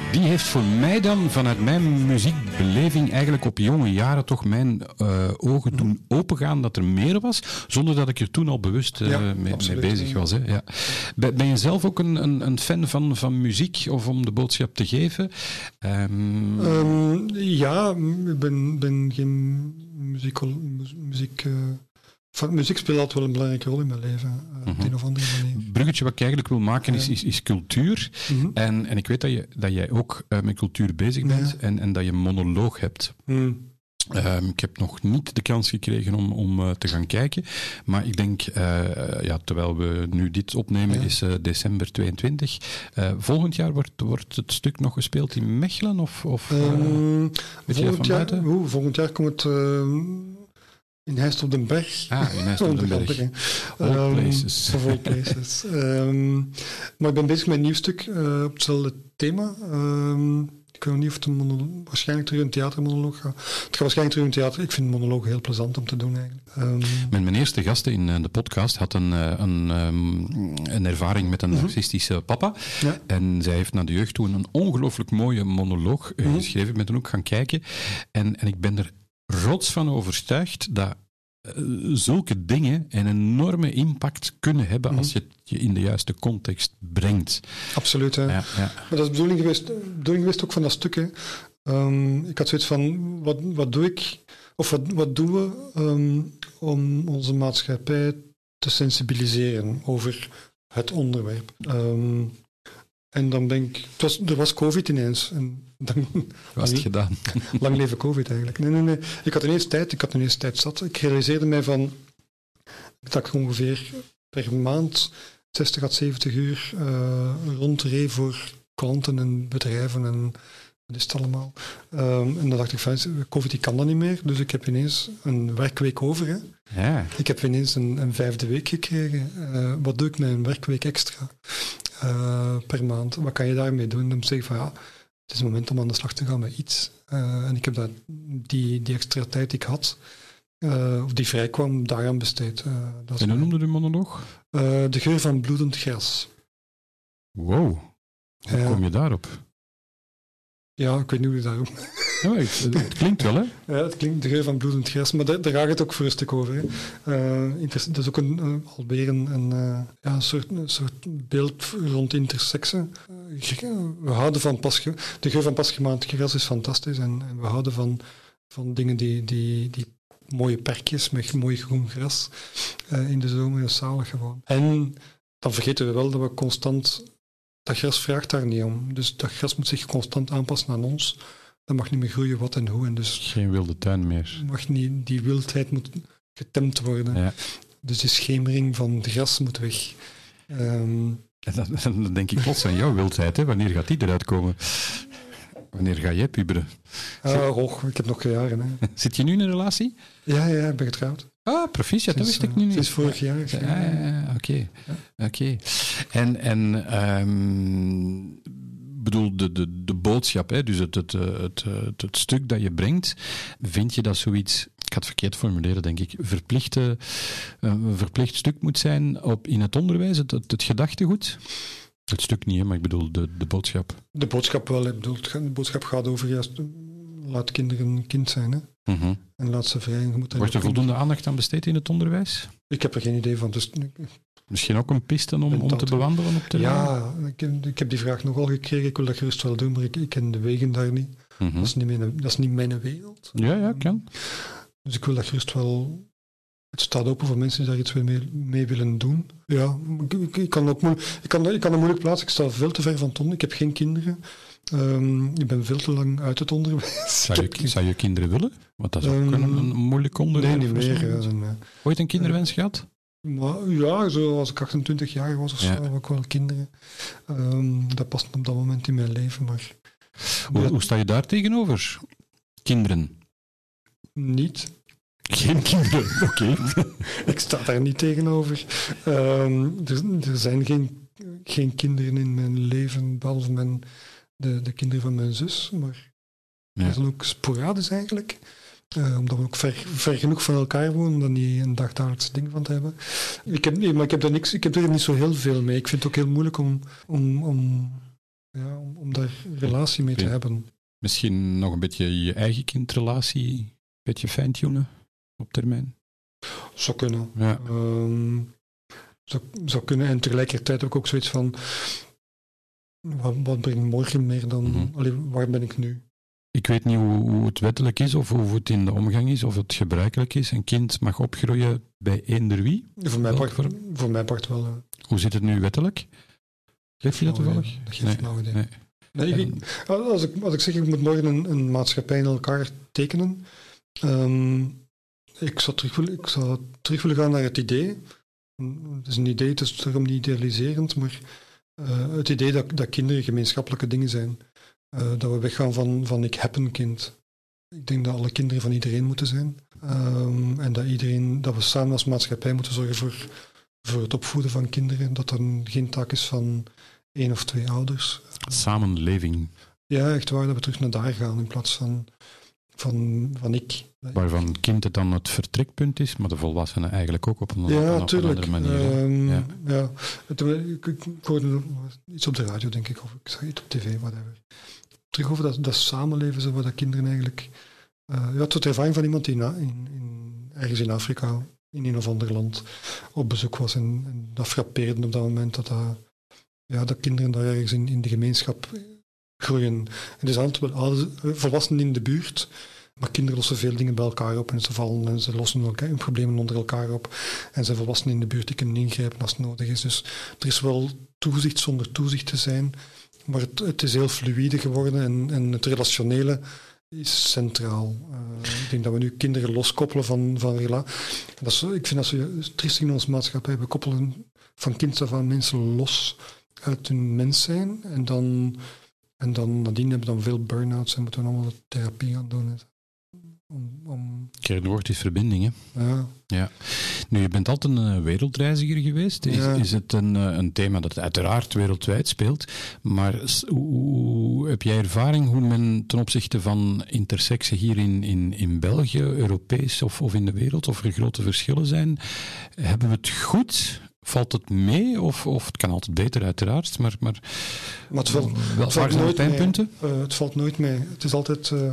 Die heeft voor mij dan, vanuit mijn muziekbeleving, eigenlijk op jonge jaren toch mijn uh, ogen doen opengaan dat er meer was, zonder dat ik er toen al bewust uh, ja, mee, absoluut, mee bezig was. Hè. Ja. Ben, ben je zelf ook een, een, een fan van, van muziek, of om de boodschap te geven? Um... Um, ja, ik ben, ben geen muziekol, muziek... Uh... Van, muziek speelt altijd wel een belangrijke rol in mijn leven, uh, mm-hmm. op een of andere manier. Het bruggetje wat ik eigenlijk wil maken is, is, is cultuur. Mm-hmm. En, en ik weet dat, je, dat jij ook uh, met cultuur bezig bent, ja. en, en dat je een monoloog hebt. Mm. Um, ik heb nog niet de kans gekregen om, om uh, te gaan kijken, maar ik denk, uh, ja, terwijl we nu dit opnemen, ja. is uh, december tweeëntwintig. Uh, volgend jaar wordt, wordt het stuk nog gespeeld in Mechelen? Of, of, uh, um, weet volgend, je jaar, hoe, volgend jaar komt het... Uh, In Heist op den Berg. Ah, in Heist op den Berg. All um, places. Of all places. um, maar ik ben bezig met een nieuw stuk uh, op hetzelfde thema. Um, ik weet nog niet of het een monoloog, waarschijnlijk terug een theatermonoloog gaat. Het gaat waarschijnlijk terug een theater. Ik vind monoloog heel plezant om te doen eigenlijk. Um, mijn, mijn eerste gasten in de podcast had een, een, een ervaring met een mm-hmm. narcistische papa. Ja. En zij heeft naar de jeugd toe een ongelooflijk mooie monoloog mm-hmm. geschreven. Ik ben er ook gaan kijken. En, en ik ben er rots van overtuigd dat uh, zulke dingen een enorme impact kunnen hebben, mm. als je het je in de juiste context brengt. Absoluut, hè. Ja, ja. Maar dat is de bedoeling geweest, de bedoeling geweest ook van dat stuk. Hè. Um, ik had zoiets van, wat, wat doe ik, of wat, wat doen we um, om onze maatschappij te sensibiliseren over het onderwerp. Um, En dan ben ik... Het was, er was COVID ineens. En dan, was het gedaan? Lang leven COVID eigenlijk. Nee, nee, nee. Ik had ineens tijd. Ik had ineens tijd zat. Ik realiseerde mij van... dat ik ongeveer per maand zestig à zeventig uur uh, rondreed voor klanten en bedrijven en wat is het allemaal. Um, en dan dacht ik van, COVID die kan dat niet meer. Dus ik heb ineens een werkweek over. Hè. Ja. Ik heb ineens een, een vijfde week gekregen. Uh, wat doe ik met een werkweek extra? Uh, per maand. Wat kan je daarmee doen? Dan zeg ik van ja, het is het moment om aan de slag te gaan met iets. Uh, en ik heb dat, die, die extra tijd die ik had, uh, of die vrij kwam, daaraan besteed. Uh, dat en hoe noemde de monoloog? Uh, de geur van bloedend gras. Wow. Hoe uh, kom je daarop? Ja, ik weet niet hoe je daarop... Ja, het, het klinkt wel, hè? Ja, het klinkt de geur van bloedend gras, maar daar, daar gaat het ook voor een stuk over. Hè. Uh, inter- dat is ook een, uh, alweer een, een, uh, ja, een, soort, een soort beeld rond interseksen. Uh, we houden van pasge- de geur van pasgemaakt gras is fantastisch en, en we houden van, van dingen die, die, die mooie perkjes met mooi groen gras uh, in de zomer. Dat is zalig gewoon. En dan vergeten we wel dat we constant... Dat gras vraagt daar niet om. Dus dat gras moet zich constant aanpassen aan ons. Dat mag niet meer groeien wat en hoe. En dus geen wilde tuin meer. Mag niet, die wildheid moet getemd worden. Ja. Dus de schemering van het gras moet weg. Um, en dan, dan denk ik plots aan jouw wildheid. Hè? Wanneer gaat die eruit komen? Wanneer ga jij puberen? Uh, oh, ik heb nog jaren. Hè. Zit je nu in een relatie? Ja, ja, ik ben getrouwd. Ah, proficiat, dat wist ik nu niet. Sinds vorig jaar. Ja, ja, ja, oké. Okay. Ja. Okay. En, en um, bedoel, de, de, de boodschap, hè, dus het, het, het, het, het stuk dat je brengt, vind je dat zoiets, ik ga het verkeerd formuleren, denk ik, verplichte, een verplicht stuk moet zijn op, in het onderwijs, het, het, het gedachtegoed? Het stuk niet, hè, maar ik bedoel de, de boodschap. De boodschap wel, ik bedoel, de boodschap gaat over juist, laat kinderen een kind zijn, hè. Mm-hmm. En laat ze vrij. Wordt er voldoende aandacht aan besteed in het onderwijs? Ik heb er geen idee van. Dus... Misschien ook een piste om, om te bewandelen op de Ja, ik, ik heb die vraag nogal gekregen. Ik wil dat gerust wel doen, maar ik, ik ken de wegen daar niet. Mm-hmm. Dat is niet mijn, dat is niet mijn wereld. Ja, ja, kan. Dus ik wil dat gerust wel... Het staat open voor mensen die daar iets mee, mee willen doen. Ja, ik, ik, ik, kan ook moeilijk, ik, kan, ik kan dat moeilijk plaatsen. Ik sta veel te ver van het onder. Ik heb geen kinderen. Um, ik ben veel te lang uit het onderwijs. Zou je, zou je kinderen willen? Want dat is ook um, een, een moeilijk onderwerp. Nee, niet meer. Ja, een, ooit een kinderwens uh, gehad? Maar, ja, zo als ik achtentwintig jaar was of ja. zo, had ik wel kinderen. Um, dat past op dat moment in mijn leven. Maar, hoe, ja, hoe sta je daar tegenover? Kinderen? Niet. Geen kinderen, oké. Okay. Ik sta daar niet tegenover. Um, er, er zijn geen, geen kinderen in mijn leven, behalve mijn, de, de kinderen van mijn zus. Maar ja. Die zijn ook sporadisch eigenlijk. Uh, omdat we ook ver, ver genoeg van elkaar wonen, om daar niet een dagdagelijks ding van te hebben. Ik heb, nee, maar ik heb, daar niks, ik heb er niet zo heel veel mee. Ik vind het ook heel moeilijk om... om, om ja, om, om daar relatie mee te Okay. hebben. Misschien nog een beetje je eigen kindrelatie een beetje fine-tunen op termijn. Zou kunnen. Ja. Um, zou, zou kunnen. En tegelijkertijd heb ik ook zoiets van, wat, wat brengt morgen meer dan, Mm-hmm. allee, waar ben ik nu? Ik weet niet hoe, hoe het wettelijk is of hoe het in de omgang is, of het gebruikelijk is. Een kind mag opgroeien bij eender wie. Voor mij Welke part, voor mij part wel. Uh, Hoe zit het nu wettelijk? Geef je dat toevallig? Dat geeft een flauw idee. Nee. Nee, ik, ik, als, ik, als ik zeg, ik moet morgen een, een maatschappij in elkaar tekenen, um, ik, zou terug willen, ik zou terug willen gaan naar het idee. Het is een idee, het is daarom niet idealiserend, maar uh, het idee dat, dat kinderen gemeenschappelijke dingen zijn. Uh, dat we weggaan van, van ik heb een kind. Ik denk dat alle kinderen van iedereen moeten zijn. Um, en dat, iedereen, dat we samen als maatschappij moeten zorgen voor, voor het opvoeden van kinderen. Dat dat geen taak is van één of twee ouders. Samenleving. Ja, echt waar, dat we terug naar daar gaan in plaats van, van, van ik. Waarvan het kind het dan het vertrekpunt is, maar de volwassenen eigenlijk ook op een, ja, op een, op een andere manier. Um, ja, ja. Het, ik, ik hoorde iets op de radio, denk ik, of ik zag iets op tv, whatever. Terug over dat, dat samenleven, zo, waar dat kinderen eigenlijk... Uh, ja, tot de ervaring van iemand die in, in, in, ergens in Afrika, in een of ander land, op bezoek was. En, en dat frappeerde op dat moment, dat, dat, ja, dat kinderen daar ergens in, in de gemeenschap groeien. En er zijn altijd wel ouders, volwassenen in de buurt, maar kinderen lossen veel dingen bij elkaar op en ze vallen en ze lossen elkaar, hun problemen onder elkaar op. En zijn volwassenen in de buurt die kunnen ingrijpen als het nodig is. Dus er is wel toezicht zonder toezicht te zijn, maar het, het is heel fluïde geworden en, en het relationele is centraal. Uh, ik denk dat we nu kinderen loskoppelen van, van relatie. Ik vind dat zo triestig in onze maatschappij. We koppelen van kind af aan mensen los uit hun mens zijn en dan, en dan nadien hebben we dan veel burn-outs en moeten we allemaal therapie gaan doen. Om, om... Kernwoord is verbinding, hè? Ja. Ja. Nu, je bent altijd een wereldreiziger geweest. Is, Ja. is het een, een thema dat uiteraard wereldwijd speelt, maar hoe heb jij ervaring hoe men ten opzichte van intersectie hier in, in, in België, Europees of, of in de wereld, of er grote verschillen zijn? Hebben we het goed? Valt het mee? Of, of het kan altijd beter, uiteraard, maar, maar, maar het valt, wel, het waar valt zijn de nooit pijnpunten? mee. Uh, het valt nooit mee. Het is altijd... Uh,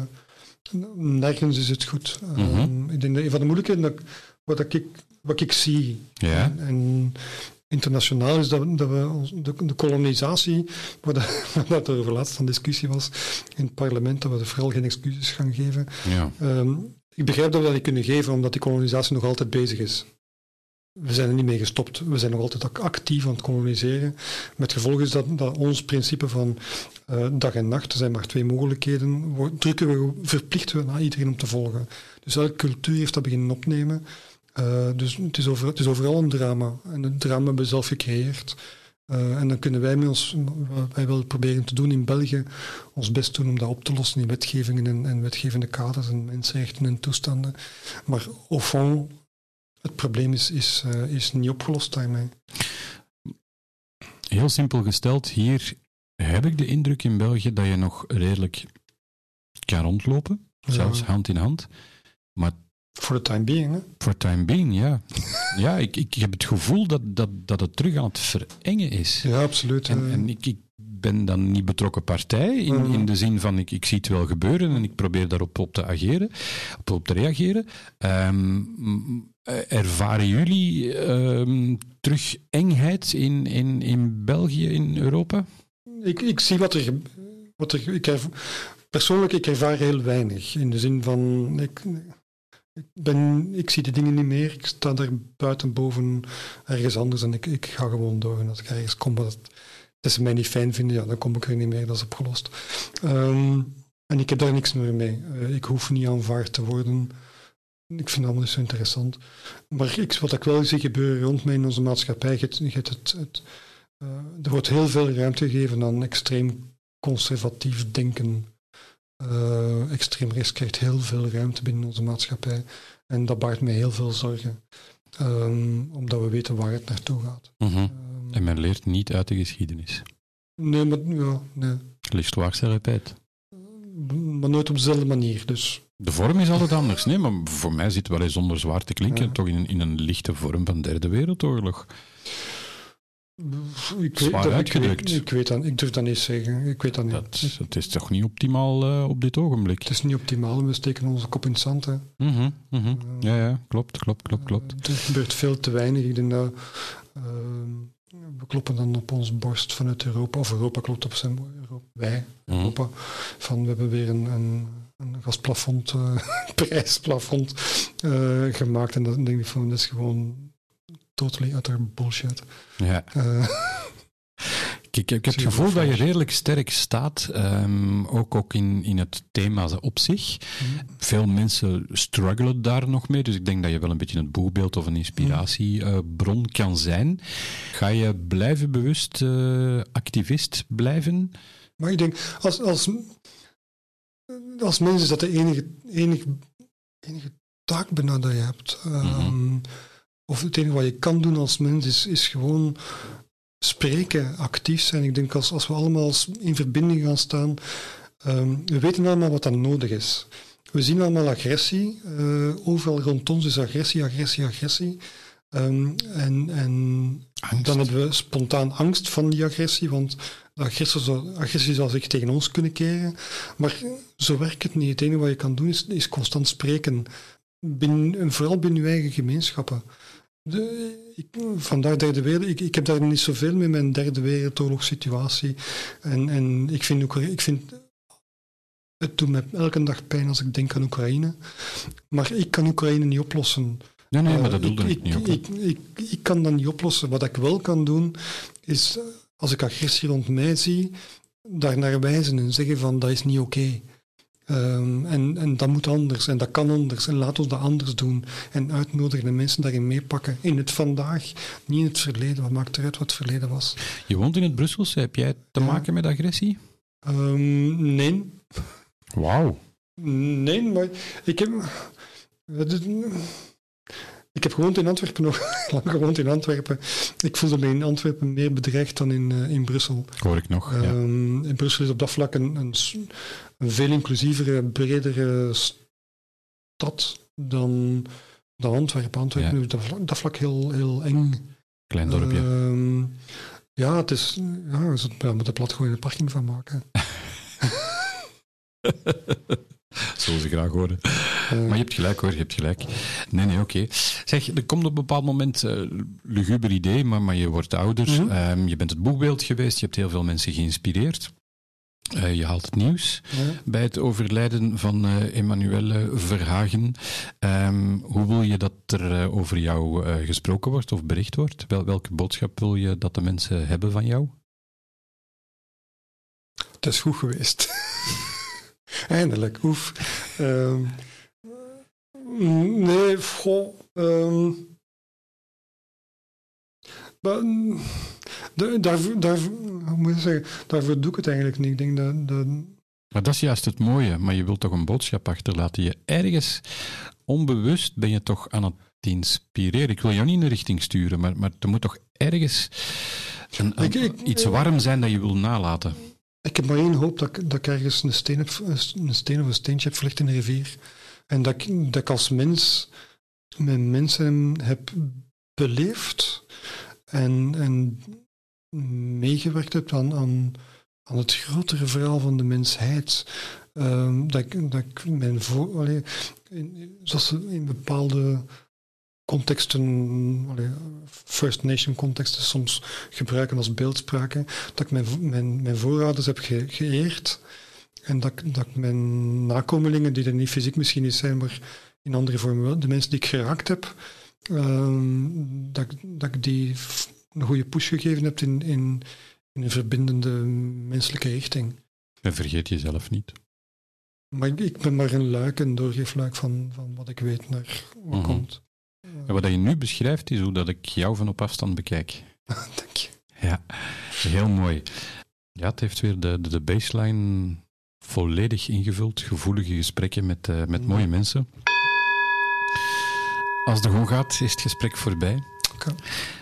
nergens is het goed. Mm-hmm. Um, ik denk dat een van de moeilijkheden, dat, wat, ik, wat ik zie, Ja. en, en internationaal, is dat, dat we de, de kolonisatie, waar dat, dat er over laatst een discussie was in het parlement, dat we er vooral geen excuses gaan geven. Ja. Um, ik begrijp dat we dat niet kunnen geven, omdat die kolonisatie nog altijd bezig is. We zijn er niet mee gestopt. We zijn nog altijd actief aan het koloniseren. Met gevolg is dat, dat ons principe van uh, dag en nacht, er zijn maar twee mogelijkheden, drukken we, verplichten we naar iedereen om te volgen. Dus elke cultuur heeft dat beginnen opnemen. Uh, dus het is, over, het is overal een drama. En het drama hebben we zelf gecreëerd. Uh, en dan kunnen wij met ons, wat wij willen proberen te doen in België, ons best doen om dat op te lossen in wetgevingen en, en wetgevende kaders en mensenrechten en toestanden. Maar au fond, het probleem is, is, uh, is niet opgelost daarmee. Heel simpel gesteld, hier heb ik de indruk in België dat je nog redelijk kan rondlopen, Ja. zelfs hand in hand. Maar For the time being, hè? for time being, ja. Ja, ik, ik heb het gevoel dat, dat, dat het terug aan het verengen is. Ja, absoluut. En, en ik, ik ben dan niet betrokken partij, in, Mhm. in de zin van ik, ik zie het wel gebeuren en ik probeer daarop op te ageren, op, op te reageren. Um, ervaren jullie um, terug engheid in, in, in België, in Europa? Ik, ik zie wat er... Wat er ik erv- persoonlijk, ik ervaar heel weinig. In de zin van... Ik, ik, ben, ik zie de dingen niet meer. Ik sta daar buiten boven ergens anders en ik, ik ga gewoon door. En als ik ergens kom wat, dat ze mij niet fijn vinden, ja, dan kom ik er niet meer. Dat is opgelost. Um, en ik heb daar niks meer mee. Uh, ik hoef niet aanvaard te worden. Ik vind het allemaal niet zo interessant. Maar ik, wat ik wel zie gebeuren rond mij in onze maatschappij, het, het, het, het, uh, er wordt heel veel ruimte gegeven aan extreem conservatief denken. Uh, extreem rechts krijgt heel veel ruimte binnen onze maatschappij. En dat baart mij heel veel zorgen. Um, omdat we weten waar het naartoe gaat. Mm-hmm. Um, En men leert niet uit de geschiedenis. nee, maar, ja, nee. L'histoire se répète. Maar nooit op dezelfde manier. Dus. De vorm is altijd anders, nee, maar voor mij zit het wel eens zonder zwaar te klinken, Ja. toch in, in een lichte vorm van derde wereldoorlog. Ik weet, Zwaar dat, ik, uitgedrukt. weet, ik, weet dat, ik durf dat niet zeggen. Ik weet dat niet. Dat, dat is toch niet optimaal uh, op dit ogenblik? Het is niet optimaal, we steken onze kop in het zand. Hè. Mm-hmm, mm-hmm. Uh, ja, ja, klopt, klopt, klopt, klopt. Uh, er gebeurt veel te weinig. Ik denk dat uh, we kloppen dan op ons borst vanuit Europa, of Europa klopt op zijn Europa, wij, mm-hmm. Europa, van we hebben weer een, een, een gasplafond, uh, prijsplafond uh, gemaakt. En dat denk ik van, dat is gewoon totally utter bullshit. Ja. Uh, Ik, ik heb het gevoel dat je redelijk sterk staat, um, ook, ook in, in het thema op zich. Mm. Veel mensen struggelen daar nog mee, dus ik denk dat je wel een beetje een boegbeeld of een inspiratiebron uh, kan zijn. Ga je blijven bewust uh, activist blijven? Maar ik denk, als, als, als mens is dat de enige, enige, enige taak bijna dat je hebt. Um, mm-hmm. Of het enige wat je kan doen als mens is, is gewoon spreken, actief zijn. Ik denk als, als we allemaal in verbinding gaan staan, um, we weten allemaal wat dan nodig is. We zien allemaal agressie. Uh, overal rond ons is agressie, agressie, agressie. Um, en en dan hebben we spontaan angst van die agressie, want de agressie zou, agressie zou zich tegen ons kunnen keren. Maar zo werkt het niet. Het enige wat je kan doen is, is constant spreken. Binnen, en vooral binnen je eigen gemeenschappen. De, ik, vandaar derde wereld. Ik, ik heb daar niet zoveel mee met mijn derde wereldoorlogssituatie. En, en ik vind, ik vind het doet me elke dag pijn als ik denk aan Oekraïne. Maar ik kan Oekraïne niet oplossen. Nee, nee, maar dat uh, doelde ik, ik niet op. Ik, ik, ik, ik kan dat niet oplossen. Wat ik wel kan doen, is als ik agressie rond mij zie, daar naar wijzen en zeggen van dat is niet oké. Okay. Um, en, en dat moet anders en dat kan anders en laat ons dat anders doen en uitnodigen en mensen daarin meepakken in het vandaag, niet in het verleden. Wat maakt eruit wat het verleden was? Je woont in het Brusselse, heb jij te ja. maken met agressie? Um, nee. Wauw. Nee, maar ik heb ik heb gewoond in Antwerpen nog lang gewoond in Antwerpen. Ik voelde me in Antwerpen meer bedreigd dan in, uh, in Brussel. Hoor ik nog, ja. Um, in Brussel is op dat vlak een, een, een veel inclusievere, bredere stad dan, dan Antwerpen. Antwerpen ja. is op dat vlak, dat vlak heel, heel eng. Klein dorpje. Uh, ja, het is... Ja, we moeten plat gewoon een parking van maken. Zullen ze graag horen. Uh, maar je hebt gelijk hoor, je hebt gelijk. Nee, nee, oké. Okay. Zeg, er komt op een bepaald moment uh, luguber idee, maar, maar je wordt ouder. Mm-hmm. Um, je bent het boegbeeld geweest, je hebt heel veel mensen geïnspireerd. Uh, je haalt het nieuws ja. bij het overlijden van uh, Emmanuelle Verhagen. Um, hoe wil je dat er uh, over jou uh, gesproken wordt of bericht wordt? Wel, welke boodschap wil je dat de mensen hebben van jou? Het is goed geweest. Eindelijk, oef. Um, nee, goh. Um, maar, daarvoor, daarvoor, hoe moet je zeggen, daarvoor doe ik het eigenlijk niet. Ik denk dat, dat... Maar dat is juist het mooie, maar je wilt toch een boodschap achterlaten. Je ergens, onbewust, ben je toch aan het inspireren. Ik wil jou niet in een richting sturen, maar, maar er moet toch ergens een, een, ik, ik, iets warm zijn dat je wil nalaten. Ik heb maar één hoop dat, dat ik ergens een steen, heb, een steen of een steentje heb verlegd in de rivier. En dat ik, dat ik als mens met mensen heb beleefd en, en meegewerkt heb aan, aan, aan het grotere verhaal van de mensheid. Um, dat ik, dat ik mijn voor... Allee, in, zoals in bepaalde contexten, allee, First Nation contexten soms gebruiken als beeldspraken, dat ik mijn, mijn, mijn voorouders heb ge, geëerd en dat, dat ik mijn nakomelingen, die er niet fysiek misschien niet zijn, maar in andere vormen wel, de mensen die ik geraakt heb, um, dat, dat ik die een goede push gegeven heb in, in, in een verbindende menselijke richting. En vergeet jezelf niet. Maar ik, ik ben maar een luik, een doorgeefluik van, van wat ik weet naar wat mm-hmm. komt. En wat je nu beschrijft is hoe dat ik jou van op afstand bekijk. Dank je. Ja, heel mooi. Ja, het heeft weer de, de, de baseline volledig ingevuld. Gevoelige gesprekken met, uh, met mm. mooie mensen. Als de gong gaat, is het gesprek voorbij. Okay.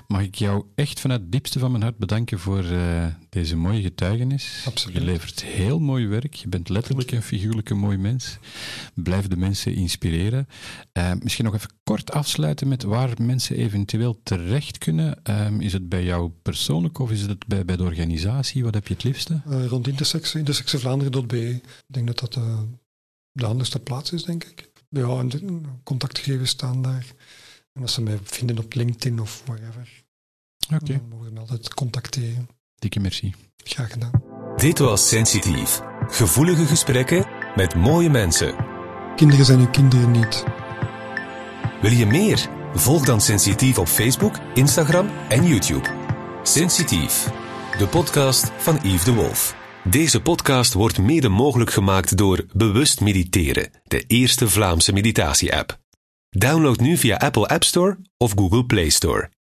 Mag ik jou echt vanuit het diepste van mijn hart bedanken voor uh, deze mooie getuigenis. Absoluut. Je levert heel mooi werk. Je bent letterlijk en figuurlijk een mooi mens. Blijf de mensen inspireren. Uh, misschien nog even kort afsluiten met waar mensen eventueel terecht kunnen. Uh, is het bij jou persoonlijk of is het bij, bij de organisatie? Wat heb je het liefste? Uh, rond Intersexe, intersexevlaanderen punt be. Ik denk dat dat uh, de handigste plaats is, denk ik. Ja, en de contactgegevens staan daar. En als ze mij vinden op LinkedIn of whatever, Oké. Okay. dan mogen ze me altijd contacteren. Dikke merci. Graag gedaan. Dit was Sensitief. Gevoelige gesprekken met mooie mensen. Kinderen zijn uw kinderen niet. Wil je meer? Volg dan Sensitief op Facebook, Instagram en YouTube. Sensitief, de podcast van Yves de Wolf. Deze podcast wordt mede mogelijk gemaakt door Bewust Mediteren, de eerste Vlaamse meditatie-app. Download nu via Apple App Store of Google Play Store.